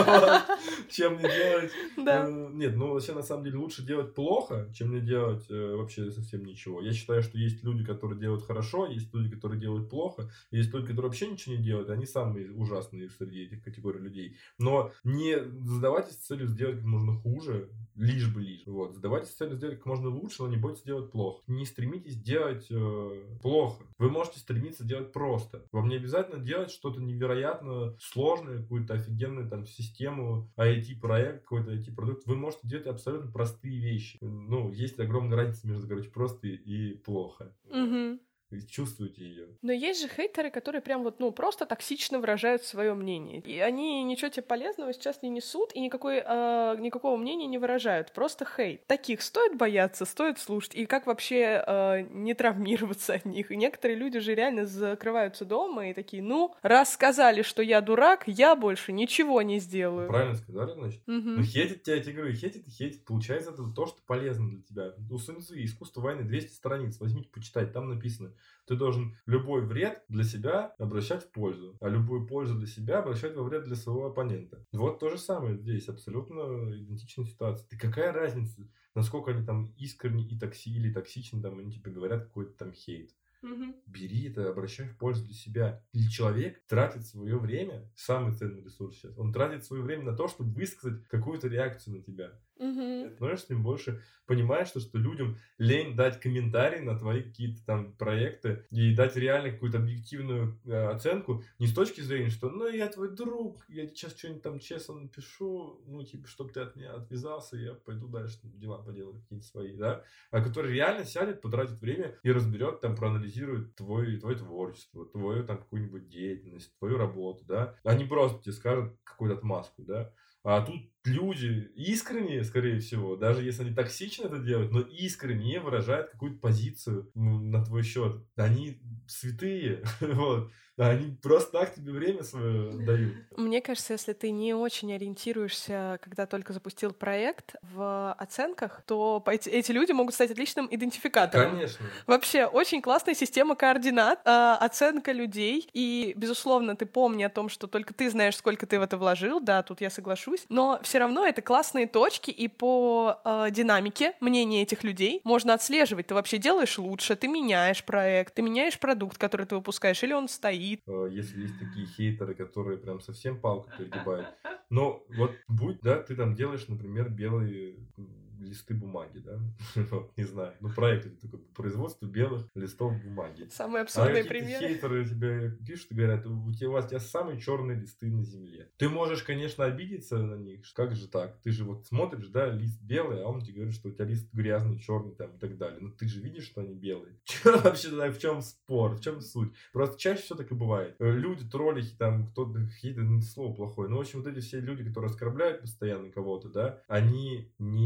чем не делать. Да. э, Нет, ну вообще на самом деле лучше делать плохо, чем не делать э, вообще совсем ничего. Я считаю, что есть люди, которые делают хорошо, есть люди, которые делают плохо, есть люди, которые вообще ничего не делают, они самые ужасные среди этих категорий людей. Но не задавайтесь целью сделать как можно хуже, лишь бы лишь. Вот. Задавайтесь целью сделать как можно лучше, но не бойтесь делать плохо. Не стремитесь делать э, плохо. Вы можете стремиться делать просто. Вам не обязательно делать что-то невероятно сложное, какую-то офигенную там систему, ай ти-проект, какой-то ай ти-продукт. Вы можете делать абсолютно простые вещи. Ну, есть огромная разница между, короче, просто и плохо. Мгм. Вы чувствуете ее. Но есть же хейтеры, которые прям вот, ну, просто токсично выражают свое мнение. И они ничего тебе полезного сейчас не несут и никакой, э, никакого мнения не выражают. Просто хейт. Таких стоит бояться, стоит слушать. И как вообще э, не травмироваться от них. И некоторые люди же реально закрываются дома и такие, ну, раз сказали, что я дурак, я больше ничего не сделаю. Правильно сказали, значит? Мгм. Ну, хейтит тебя, я тебе говорю, хейтит и хейтит. Получается, это то, что полезно для тебя. У Сунь Цзы «Искусство войны» двести страниц. Возьмите, почитайте, там написано. Ты должен любой вред для себя обращать в пользу, а любую пользу для себя обращать во вред для своего оппонента. Вот то же самое здесь, абсолютно идентичная ситуация. Ты какая разница, насколько они там искренне и токси, или токсичны, там, они тебе говорят какой-то там хейт. Мгм. Бери это, обращай в пользу для себя. Или человек тратит свое время, самый ценный ресурс сейчас, он тратит свое время на то, чтобы высказать какую-то реакцию на тебя. Мгм. Становишься с ним больше, понимаешь, что, что людям лень дать комментарий на твои какие-то там проекты и дать реально какую-то объективную э, оценку, не с точки зрения, что ну я твой друг, я сейчас что-нибудь там честно напишу, ну типа, чтобы ты от меня отвязался, я пойду дальше дела поделаю какие-то свои, да, а который реально сядет, потратит время и разберет, там, проанализирует твой, твое творчество, твою там какую-нибудь деятельность, твою работу, да, а не просто тебе скажут какую-то отмазку, да. А тут люди искренне, скорее всего, даже если они токсично это делают, но искренне выражают какую-то позицию м, на твой счет. Они святые, вот. Они просто так тебе время свое дают. Мне кажется, если ты не очень ориентируешься, когда только запустил проект, в оценках, то по- эти, эти люди могут стать отличным идентификатором. Конечно. Вообще, очень классная система координат, э, оценка людей. И, безусловно, ты помни о том, что только ты знаешь, сколько ты в это вложил. Да, тут я соглашусь. Но все равно это классные точки, и по э, динамике мнения этих людей можно отслеживать. Ты вообще делаешь лучше, ты меняешь проект, ты меняешь продукт, который ты выпускаешь, или он стоит. Э, Если есть такие хейтеры, которые прям совсем палку перегибают. Но вот будь, да, ты там делаешь, например, белые м, листы бумаги, да, Вот, не знаю, ну проект это такое, производство белых листов бумаги. Самый А абсурдный какие-то пример. хейтеры тебе пишут и говорят, у тебя, у вас у тебя самые черные листы на земле. Ты можешь, конечно, обидеться на них, что как же так? Ты же вот смотришь, да, лист белый, а он тебе говорит, что у тебя лист грязный, черный там и так далее. Но ты же видишь, что они белые. Че вообще тогда, в чем спор, в чем суть? Просто чаще все так и бывает. Э, Люди, троллихи, там, кто-то, какие-то слово плохое. Ну, в общем, вот эти все люди, которые оскорбляют постоянно кого-то, да, они не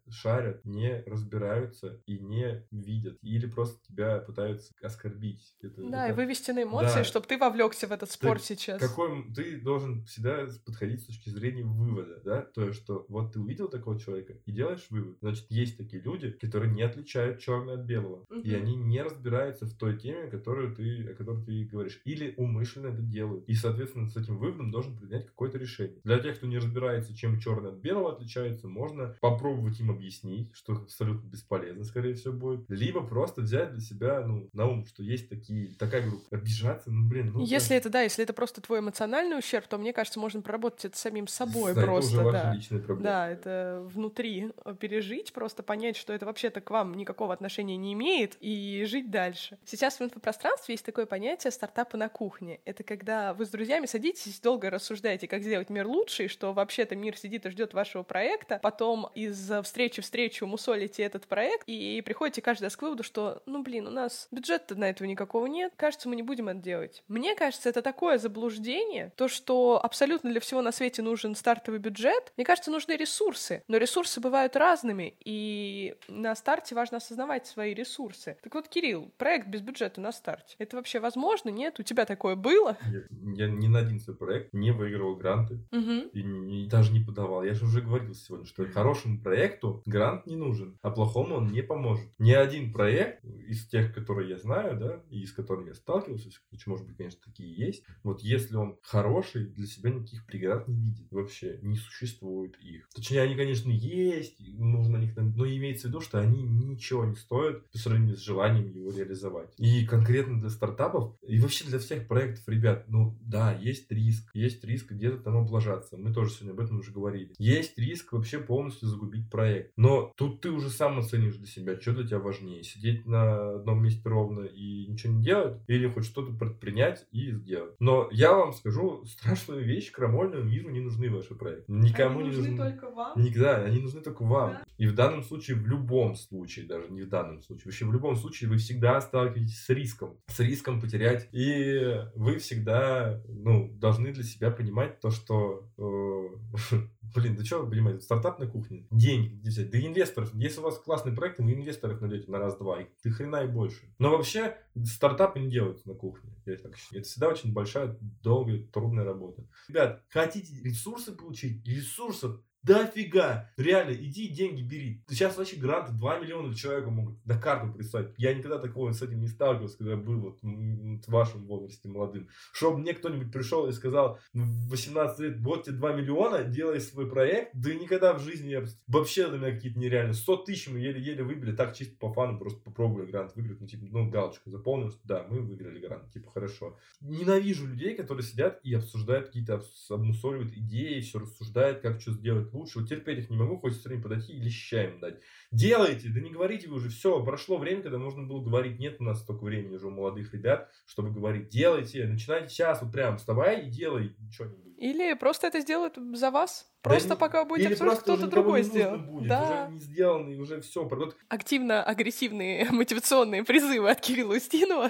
шарят, не разбираются и не видят. Или просто тебя пытаются оскорбить. Это, да, это... и вывести на эмоции, да. чтобы ты вовлекся в этот спор ты, сейчас. Какой, ты должен всегда подходить с точки зрения вывода, да? То есть, что вот ты увидел такого человека и делаешь вывод. Значит, есть такие люди, которые не отличают черное от белого. Угу. И они не разбираются в той теме, которую ты, о которой ты говоришь. Или умышленно это делают. И, соответственно, с этим выводом должен принять какое-то решение. Для тех, кто не разбирается, чем черное от белого отличается, можно попробовать им объяснить, что абсолютно бесполезно, скорее всего, будет. Либо просто взять для себя, ну, на ум, что есть такие, такая группа. Обижаться, ну, блин, ну... Если да. это, да, если это просто твой эмоциональный ущерб, то, мне кажется, можно проработать это самим собой да, просто, это уже да. ваша личная проблема. Да, это внутри пережить, просто понять, что это вообще-то к вам никакого отношения не имеет, и жить дальше. Сейчас в инфопространстве есть такое понятие «стартапы на кухне». Это когда вы с друзьями садитесь, долго рассуждаете, как сделать мир лучше, и что вообще-то мир сидит и ждет вашего проекта, потом из встречи в встречу мусолите этот проект, и приходите каждый раз к выводу, что, ну, блин, у нас бюджета на этого никакого нет, кажется, мы не будем это делать. Мне кажется, это такое заблуждение, то, что абсолютно для всего на свете нужен стартовый бюджет. Мне кажется, нужны ресурсы, но ресурсы бывают разными, и на старте важно осознавать свои ресурсы. Так вот, Кирилл, проект без бюджета на старте, это вообще возможно? Нет? У тебя такое было? Я, я ни на один свой проект не выигрывал гранты, угу. и, и даже не подавал. Я же уже говорил сегодня, что хорошему проекту грант не нужен, а плохому он не поможет. Ни один проект из тех, которые я знаю, да, и с которыми я сталкивался, может быть, конечно, такие есть, вот если он хороший, для себя никаких преград не видит вообще, не существует их. Точнее, они, конечно, есть, нужно на них, но имеется в виду, что они ничего не стоят по сравнению с желанием его реализовать. И конкретно для стартапов, и вообще для всех проектов, ребят, ну да, есть риск, есть риск где-то там облажаться. Мы тоже сегодня об этом уже говорили. Есть риск вообще полностью загубить проект. Но тут ты уже сам оценишь для себя, что для тебя важнее. Сидеть на одном месте ровно и ничего не делать, или хоть что-то предпринять и сделать. Но я вам скажу страшную вещь: крамольную миру не нужны ваши проекты. Никому они не нужны. нужны. Только вам? Никогда, они нужны только вам. Да? И в данном случае, в любом случае, даже не в данном случае, вообще в любом случае вы всегда сталкиваетесь с риском. С риском потерять. И вы всегда, ну, должны для себя понимать то, что... Э, блин, да что вы понимаете, стартап на кухне, деньги где взять? Да инвесторов, если у вас классный проект, вы инвесторов найдете на раз-два, и ты хрена и больше. Но вообще стартапы не делаются на кухне, я так считаю. Это всегда очень большая, долгая, трудная работа. Ребят, хотите ресурсы получить? Ресурсов дофига. Реально, иди деньги бери. Сейчас вообще гранты два миллиона человека могут на карту прислать. Я никогда такого с этим не сталкивался, когда был вот в вашем возрасте молодым. Чтобы мне кто-нибудь пришел и сказал в восемнадцать лет: вот тебе два миллиона, делай свой проект. Да никогда в жизни я вообще для меня какие-то нереальные. сто тысяч мы еле-еле выбили, так чисто по фану, просто попробовали грант выиграть. Ну, типа, ну, галочку заполнил, что да, мы выиграли грант. Типа, хорошо. Ненавижу людей, которые сидят и обсуждают какие-то, обмусоливают идеи, все рассуждают, как что сделать лучше. Вот терпеть их не могу, хочется все время подойти и леща им дать. Делайте, да не говорите вы уже, все, прошло время, когда можно было говорить. Нет у нас столько времени уже у молодых ребят, чтобы говорить. Делайте, начинайте сейчас, вот прям вставай и делай что-нибудь. Или просто это сделают за вас. Просто да, пока вы будете обсуждать, кто-то другой сделает. Да. Уже не сделано, и уже все. Активно-агрессивные мотивационные призывы от Кирилла Устинова.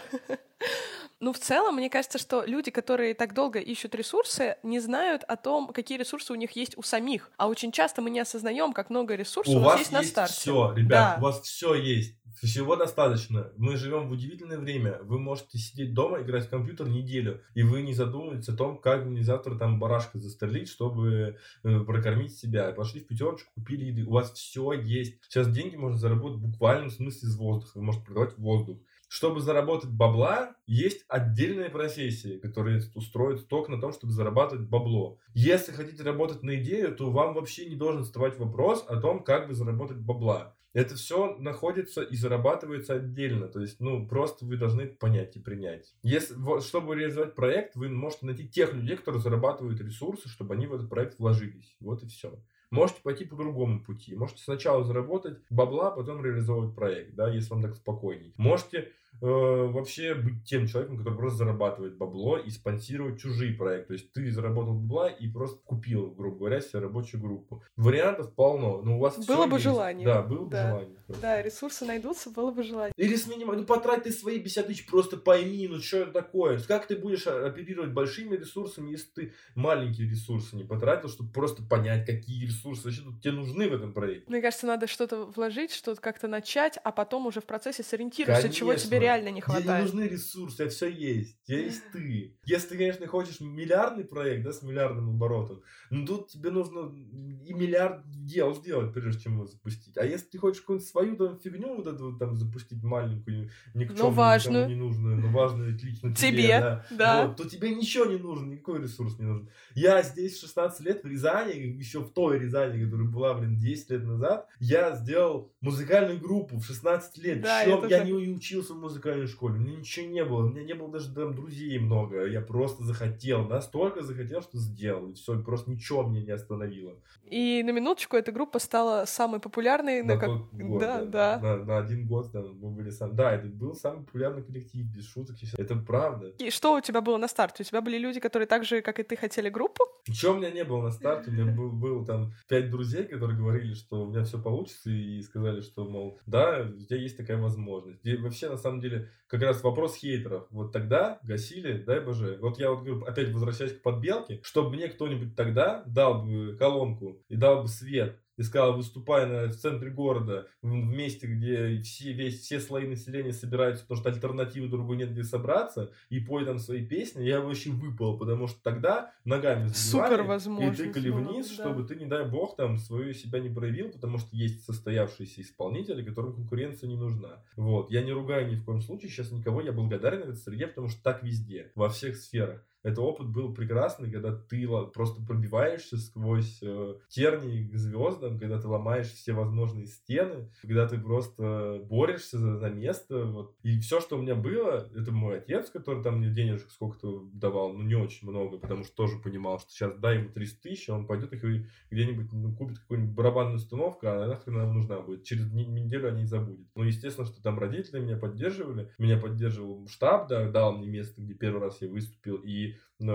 Ну, в целом, мне кажется, что люди, которые так долго ищут ресурсы, не знают о том, какие ресурсы у них есть у самих. А очень часто мы не осознаем, как много ресурсов у, у нас есть на старте. Все, ребят, да. У вас все есть. Всего достаточно. Мы живем в удивительное время. Вы можете сидеть дома, играть в компьютер неделю, и вы не задумываетесь о том, как мне завтра там барашка застрелить, чтобы э, прокормить себя. Пошли в пятерочку, купили еды. У вас все есть. Сейчас деньги можно заработать в буквальном смысле из воздуха. Вы можете продавать воздух. Чтобы заработать бабла, есть отдельные профессии, которые устроят только на том, чтобы зарабатывать бабло. Если хотите работать на идею, то вам вообще не должен вставать вопрос о том, как бы заработать бабла. Это все находится и зарабатывается отдельно. То есть, ну, просто вы должны это понять и принять. Если, чтобы реализовать проект, вы можете найти тех людей, которые зарабатывают ресурсы, чтобы они в этот проект вложились. Вот и все. Можете пойти по другому пути. Можете сначала заработать бабла, потом реализовывать проект, да, если вам так спокойней. Можете э, вообще быть тем человеком, который просто зарабатывает бабло и спонсирует чужие проекты. То есть ты заработал бабла и просто купил, грубо говоря, себе рабочую группу. Вариантов полно, но у вас Было все бы есть. желание. Да, было бы Да. желание. Да, ресурсы найдутся, было бы желание. Или с минимум, ну потрать ты свои пятьдесят тысяч, просто пойми, ну что это такое? Как ты будешь а- оперировать большими ресурсами, если ты маленькие ресурсы не потратил, чтобы просто понять, какие ресурсы вообще тут тебе нужны в этом проекте? Мне кажется, надо что-то вложить, что-то как-то начать, а потом уже в процессе сориентируешься, чего тебе реально не Тебе не хватает. нужны ресурсы, у тебя все есть. У тебя есть ты. Если ты, конечно, хочешь миллиардный проект, да, с миллиардным оборотом, ну тут тебе нужно и миллиард дел сделать, прежде чем его запустить. А если ты хочешь какую-нибудь свою там фигню вот эту вот там запустить маленькую, никчемную, важную. никому не нужную, но важную лично тебе, Тебе, да, да. Вот, то тебе ничего не нужно, никакой ресурс не нужен. Я здесь в шестнадцать лет в Рязани, еще в той Рязани, которая была, блин, десять лет назад, я сделал музыкальную группу в шестнадцать лет. Да, Чё? я Я тоже. не учился в музыкальной школе, у меня ничего не было, у меня не было даже там друзей много, я просто захотел, настолько захотел, что сделал, и все, просто ничего меня не остановило. И на минуточку эта группа стала самой популярной. На на как... тот год, да, да, да. На, на один год, да, мы были сам... Да, это был самый популярный коллектив, без шуток, и всё. Это правда. И что у тебя было на старте? У тебя были люди, которые так же, как и ты, хотели группу? Ничего у меня не было на старте, у меня был, был там пять друзей, которые говорили, что у меня все получится, и сказали, что, мол, да, у тебя есть такая возможность. И вообще, на самом деле, как раз вопрос хейтеров. Вот тогда гасили, дай боже. Вот я вот говорю, опять возвращаясь к подбелке, чтобы мне кто-нибудь тогда дал бы колонку и дал бы свет, и сказал, выступай на, в центре города, в, в месте, где все, весь, все слои населения собираются, потому что альтернативы другой нет где собраться, и пой там свои песни, я вообще выпал, потому что тогда ногами Супер забивали и возможность тыкали была, вниз, да. чтобы ты, не дай бог, там свою себя не проявил, потому что есть состоявшиеся исполнители, которым конкуренция не нужна. Вот. Я не ругаю ни в коем случае сейчас никого, я благодарен этой среде, потому что так везде, во всех сферах. Это опыт был прекрасный, когда ты просто пробиваешься сквозь э, тернии к звездам, когда ты ломаешь все возможные стены, когда ты просто борешься за, за место. Вот. И все, что у меня было, это мой отец, который там мне денежек сколько-то давал, ну не очень много, потому что тоже понимал, что сейчас дай ему триста тысяч, он пойдет их и где-нибудь ну, купит какую-нибудь барабанную установку, а нахрен нам нужна будет. Через неделю они забудут. Ну, естественно, что там родители меня поддерживали, меня поддерживал штаб, да, дал мне место, где первый раз я выступил, и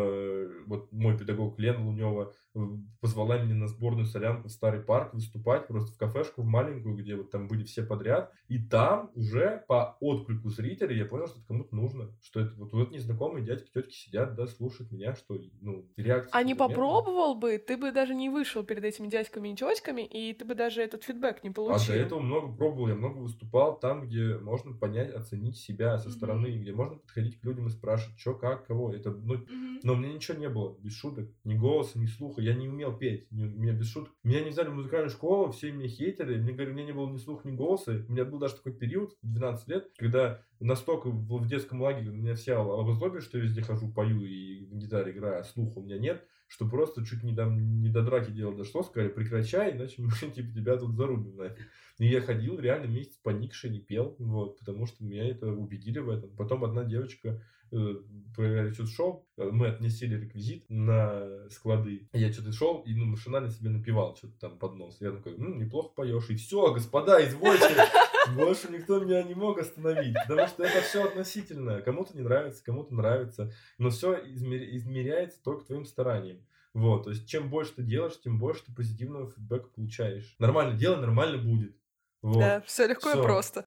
вот мой педагог Лена Лунева позвала меня на сборную солянку в Старый парк выступать, просто в кафешку, в маленькую, где вот там были все подряд. И там уже по отклику зрителей я понял, что это кому-то нужно. Что это вот, вот незнакомые дядьки, тетки сидят, да, слушают меня, что, ну, реакция. А не попробовал бы, ты бы даже не вышел перед этими дядьками и тетками, и ты бы даже этот фидбэк не получил. А до этого много пробовал, я много выступал там, где можно понять, оценить себя со стороны, mm-hmm. где можно подходить к людям и спрашивать, что, как, кого. Это, ну, mm-hmm. Но у меня ничего не было, без шуток, ни голоса, ни слуха, я не умел петь, не, меня без шуток. Меня не взяли в музыкальную школу, все меня хейтеры, мне говорю, у меня не было ни слуха, ни голоса. У меня был даже такой период, двенадцать лет, когда настолько в, в детском лагере меня все обозлобили, что я везде хожу, пою и на гитаре играю, а слуха у меня нет, что просто чуть не, там, не до драки дело дошло, сказали, прекращай, иначе мы типа тебя тут зарубим нафиг. И я ходил реально месяц поникший, не пел, вот, потому что меня это убедили в этом. Потом одна девочка э, проверяли, что-то шел, мы отнесли реквизит на склады, я что-то шел и ну, машинально себе напевал что-то там под нос. Я такой, ну, неплохо поешь, и все, господа, извольте. Больше никто меня не мог остановить, потому что это все относительно. Кому-то не нравится, кому-то нравится, но все измеряется только твоим старанием. Вот, то есть чем больше ты делаешь, тем больше ты позитивного фидбэка получаешь. Нормально делай, нормально будет. Вот. Да, все легко всё. И просто.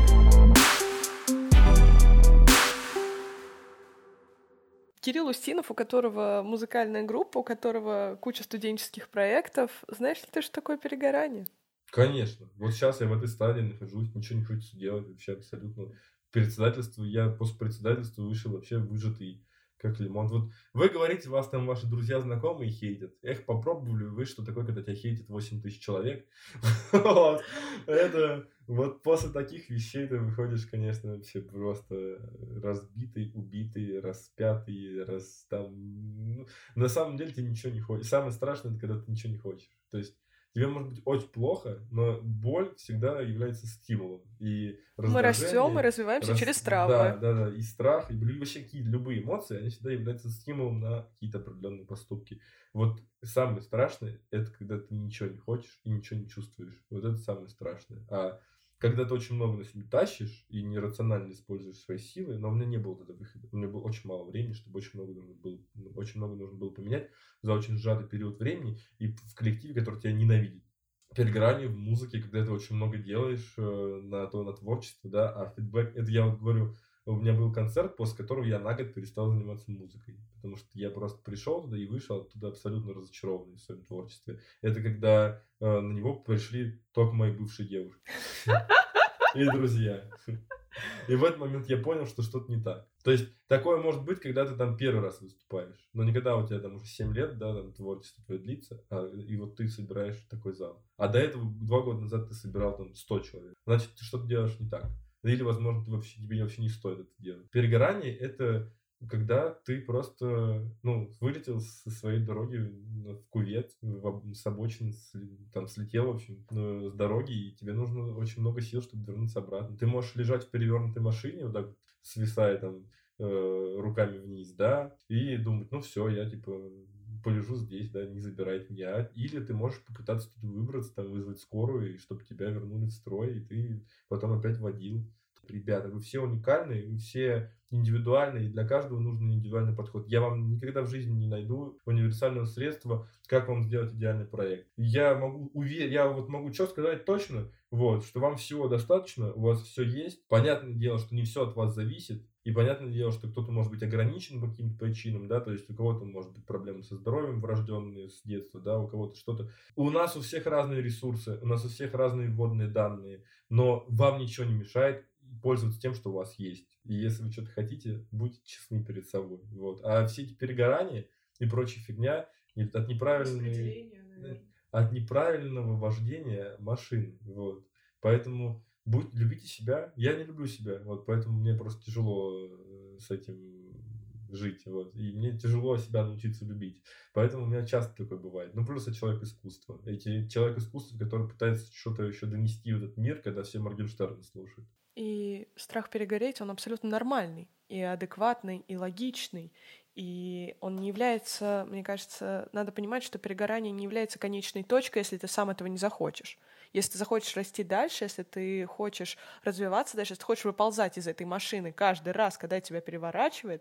Кирилл Устинов, у которого музыкальная группа, у которого куча студенческих проектов. Знаешь ли ты, что такое перегорание? Конечно. Вот сейчас я в этой стадии нахожусь, ничего не хочется делать вообще абсолютно. Председательство, я после председательства вышел вообще выжатый, как лимон. Вот вы говорите, вас там ваши друзья, знакомые хейтят. Эх, попробовали вы, что такое, когда тебя хейтит восемь тысяч человек. Вот. Это вот после таких вещей ты выходишь, конечно, вообще просто разбитый, убитый, распятый, раз там... На самом деле ты ничего не хочешь. Самое страшное, это когда ты ничего не хочешь. То есть тебе может быть очень плохо, но боль всегда является стимулом. И мы растем и развиваемся рас... через травмы. Да, да, да. И страх, и вообще какие-то любые эмоции, они всегда являются стимулом на какие-то определенные поступки. Вот самое страшное, это когда ты ничего не хочешь и ничего не чувствуешь. Вот это самое страшное. А когда ты очень много на себе тащишь и нерационально используешь свои силы, но у меня не было тогда выхода. У меня было очень мало времени, чтобы очень много нужно было, очень много нужно было поменять за очень сжатый период времени и в коллективе, который тебя ненавидит. Перегорание в музыке, когда ты очень много делаешь э, на то, на творчество, да, а фидбэк, это я вот говорю, у меня был концерт, после которого я на год перестал заниматься музыкой, потому что я просто пришел туда и вышел оттуда абсолютно разочарованный в своем творчестве. Это когда э, на него пришли только мои бывшие девушки и друзья. И в этот момент я понял, что что-то не так. То есть такое может быть, когда ты там первый раз выступаешь, но не когда у тебя там уже семь лет, да, там творчество твое длится, а, и вот ты собираешь такой зал. А до этого два года назад ты собирал там сто человек. Значит, ты что-то делаешь не так. Или, возможно, ты вообще, тебе вообще не стоит это делать. Перегорание – это когда ты просто, ну, вылетел со своей дороги в кювет, в, с обочины, с, там, слетел, в общем, с дороги, и тебе нужно очень много сил, чтобы вернуться обратно. Ты можешь лежать в перевернутой машине, вот так свисая там э, руками вниз, да, и думать, ну, все, я, типа, полежу здесь, да, не забирайте меня. Или ты можешь попытаться тут выбраться, там, вызвать скорую, и чтобы тебя вернули в строй, и ты потом опять водил. Ребята, вы все уникальные, вы все индивидуальные, и для каждого нужен индивидуальный подход. Я вам никогда в жизни не найду универсального средства, как вам сделать идеальный проект. Я могу уверен, я вот могу что сказать точно, вот, что вам всего достаточно, у вас все есть. Понятное дело, что не все от вас зависит, и понятное дело, что кто-то может быть ограничен по каким-то причинам, да, то есть у кого-то может быть проблемы со здоровьем врожденные с детства, да, у кого-то что-то. У нас у всех разные ресурсы, у нас у всех разные вводные данные, но вам ничего не мешает пользоваться тем, что у вас есть. И если вы что-то хотите, будьте честны перед собой. Вот. А все эти перегорания и прочая фигня от неправильной, от неправильного вождения машин. Вот. Поэтому будь, любите себя. Я не люблю себя, вот, поэтому мне просто тяжело с этим жить. Вот. И мне тяжело себя научиться любить. Поэтому у меня часто такое бывает. Ну, плюс я человек искусства. Эти человек искусства, который пытается что-то еще донести в этот мир, когда все Моргенштерна слушают. И страх перегореть, он абсолютно нормальный, и адекватный, и логичный. И он не является, мне кажется, надо понимать, что перегорание не является конечной точкой, если ты сам этого не захочешь. Если ты захочешь расти дальше, если ты хочешь развиваться дальше, если ты хочешь выползать из этой машины каждый раз, когда тебя переворачивает,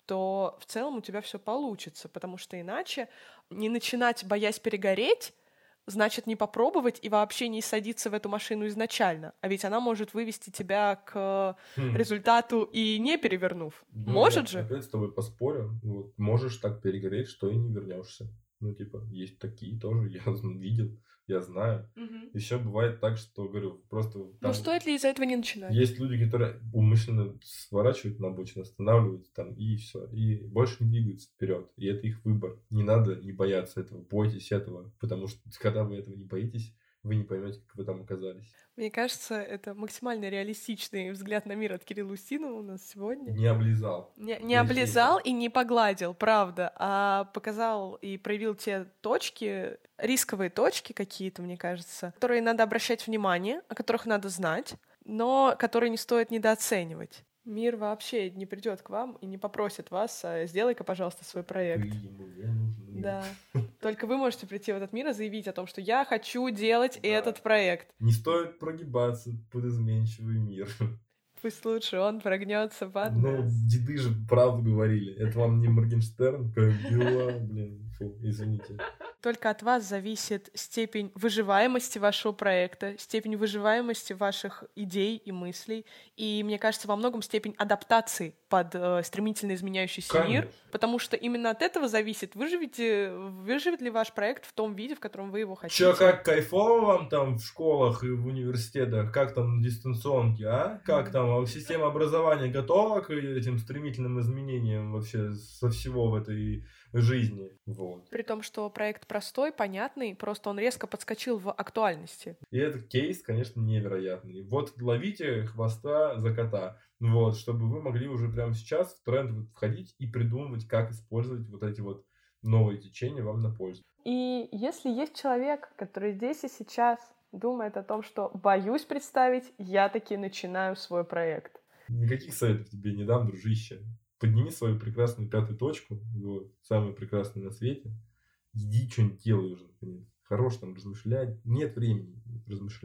то в целом у тебя все получится, потому что иначе не начинать, боясь перегореть, значит не попробовать и вообще не садиться в эту машину изначально. А ведь она может вывести тебя к хм. результату и не перевернув. Ну, может я же? Опять с тобой поспорю. Вот, можешь так перегореть, что и не вернешься. Ну, типа, есть такие тоже, я видел, я знаю. Угу. Еще бывает так, что, говорю, просто... Но стоит ли из-за этого не начинать? Есть люди, которые умышленно сворачивают на обочину, останавливаются там, и все. И больше не двигаются вперед. И это их выбор. Не надо не бояться этого. Бойтесь этого. Потому что, когда вы этого не боитесь, вы не поймете, как вы там оказались. Мне кажется, это максимально реалистичный взгляд на мир от Кирилла Устинова у нас сегодня. Не облизал. Не, не облизал и не погладил, правда, а показал и проявил те точки, рисковые точки какие-то, мне кажется, которые надо обращать внимание, о которых надо знать, но которые не стоит недооценивать. Мир вообще не придет к вам и не попросит вас: сделай-ка, пожалуйста, свой проект. Ты ему не нужен. Да. Только вы можете прийти в этот мир и заявить о том, что я хочу делать да. этот проект. Не стоит прогибаться под изменчивый мир. Пусть лучше он прогнется под Ну, нас. деды же правду говорили. Это вам не Моргенштерн, как дела, блин, фу, извините. Только от вас зависит степень выживаемости вашего проекта, степень выживаемости ваших идей и мыслей, и, мне кажется, во многом степень адаптации под э, стремительно изменяющийся Конечно. Мир, потому что именно от этого зависит, выживете, выживет ли ваш проект в том виде, в котором вы его хотите. Чё, как кайфово вам там в школах и в университетах, как там на дистанционке, а? Как там система образования готова к этим стремительным изменениям вообще со всего в этой жизни? Вот. При том, что проект простой, понятный, просто он резко подскочил в актуальности. И этот кейс, конечно, невероятный. Вот ловите хвоста за кота, вот, чтобы вы могли уже прямо сейчас в тренд входить и придумывать, как использовать вот эти вот новые течения вам на пользу. И если есть человек, который здесь и сейчас думает о том, что боюсь представить, я таки начинаю свой проект. Никаких советов тебе не дам, дружище. Подними свою прекрасную пятую точку, вот, самую прекрасную на свете. Иди что-нибудь делай уже, наконец. Хорош там размышлять. Нет времени размышлять.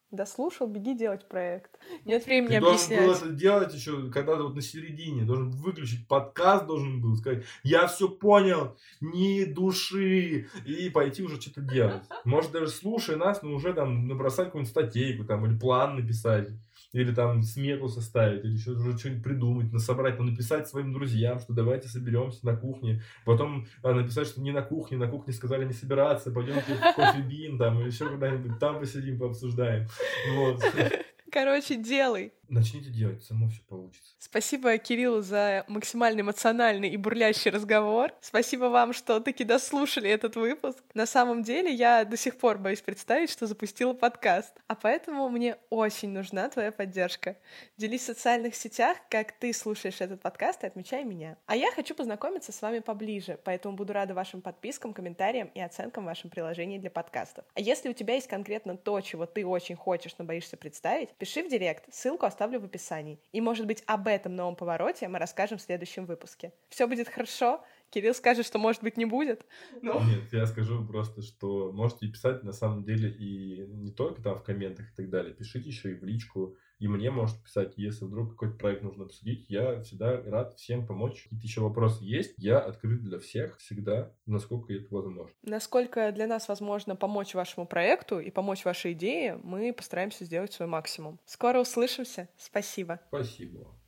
Дослушал, беги делать проект. Нет времени Ты объяснять. должен был это делать еще когда-то вот на середине. Должен выключить подкаст, должен был сказать, я все понял, ни души. И пойти уже что-то делать. Может, даже слушай нас, но уже там набросать какую-нибудь статейку там, или план написать. Или там смету составить, или еще уже что-нибудь придумать, насобрать, ну, написать своим друзьям, что давайте соберемся на кухне. Потом а, написать, что не на кухне, на кухне сказали не собираться, пойдемте в кофе-бин там, или еще куда-нибудь, там посидим, пообсуждаем. Вот. Короче, делай. Начните делать, само все получится. Спасибо Кириллу за максимально эмоциональный и бурлящий разговор. Спасибо вам, что таки дослушали этот выпуск. На самом деле, я до сих пор боюсь представить, что запустила подкаст. А поэтому мне очень нужна твоя поддержка. Делись в социальных сетях, как ты слушаешь этот подкаст, и отмечай меня. А я хочу познакомиться с вами поближе, поэтому буду рада вашим подпискам, комментариям и оценкам в вашем приложении для подкастов. А если у тебя есть конкретно то, чего ты очень хочешь, но боишься представить, пиши в директ, ссылку оставлю в описании. И, может быть, об этом новом повороте мы расскажем в следующем выпуске. Все будет хорошо? Кирилл скажет, что, может быть, не будет? Но... Нет, я скажу просто, что можете писать на самом деле и не только там в комментах и так далее. Пишите еще и в личку. И мне можете писать, если вдруг какой-то проект нужно обсудить. Я всегда рад всем помочь. Какие-то еще вопросы есть. Я открыт для всех всегда, насколько это возможно. Насколько для нас возможно помочь вашему проекту и помочь вашей идее, мы постараемся сделать свой максимум. Скоро услышимся. Спасибо. Спасибо.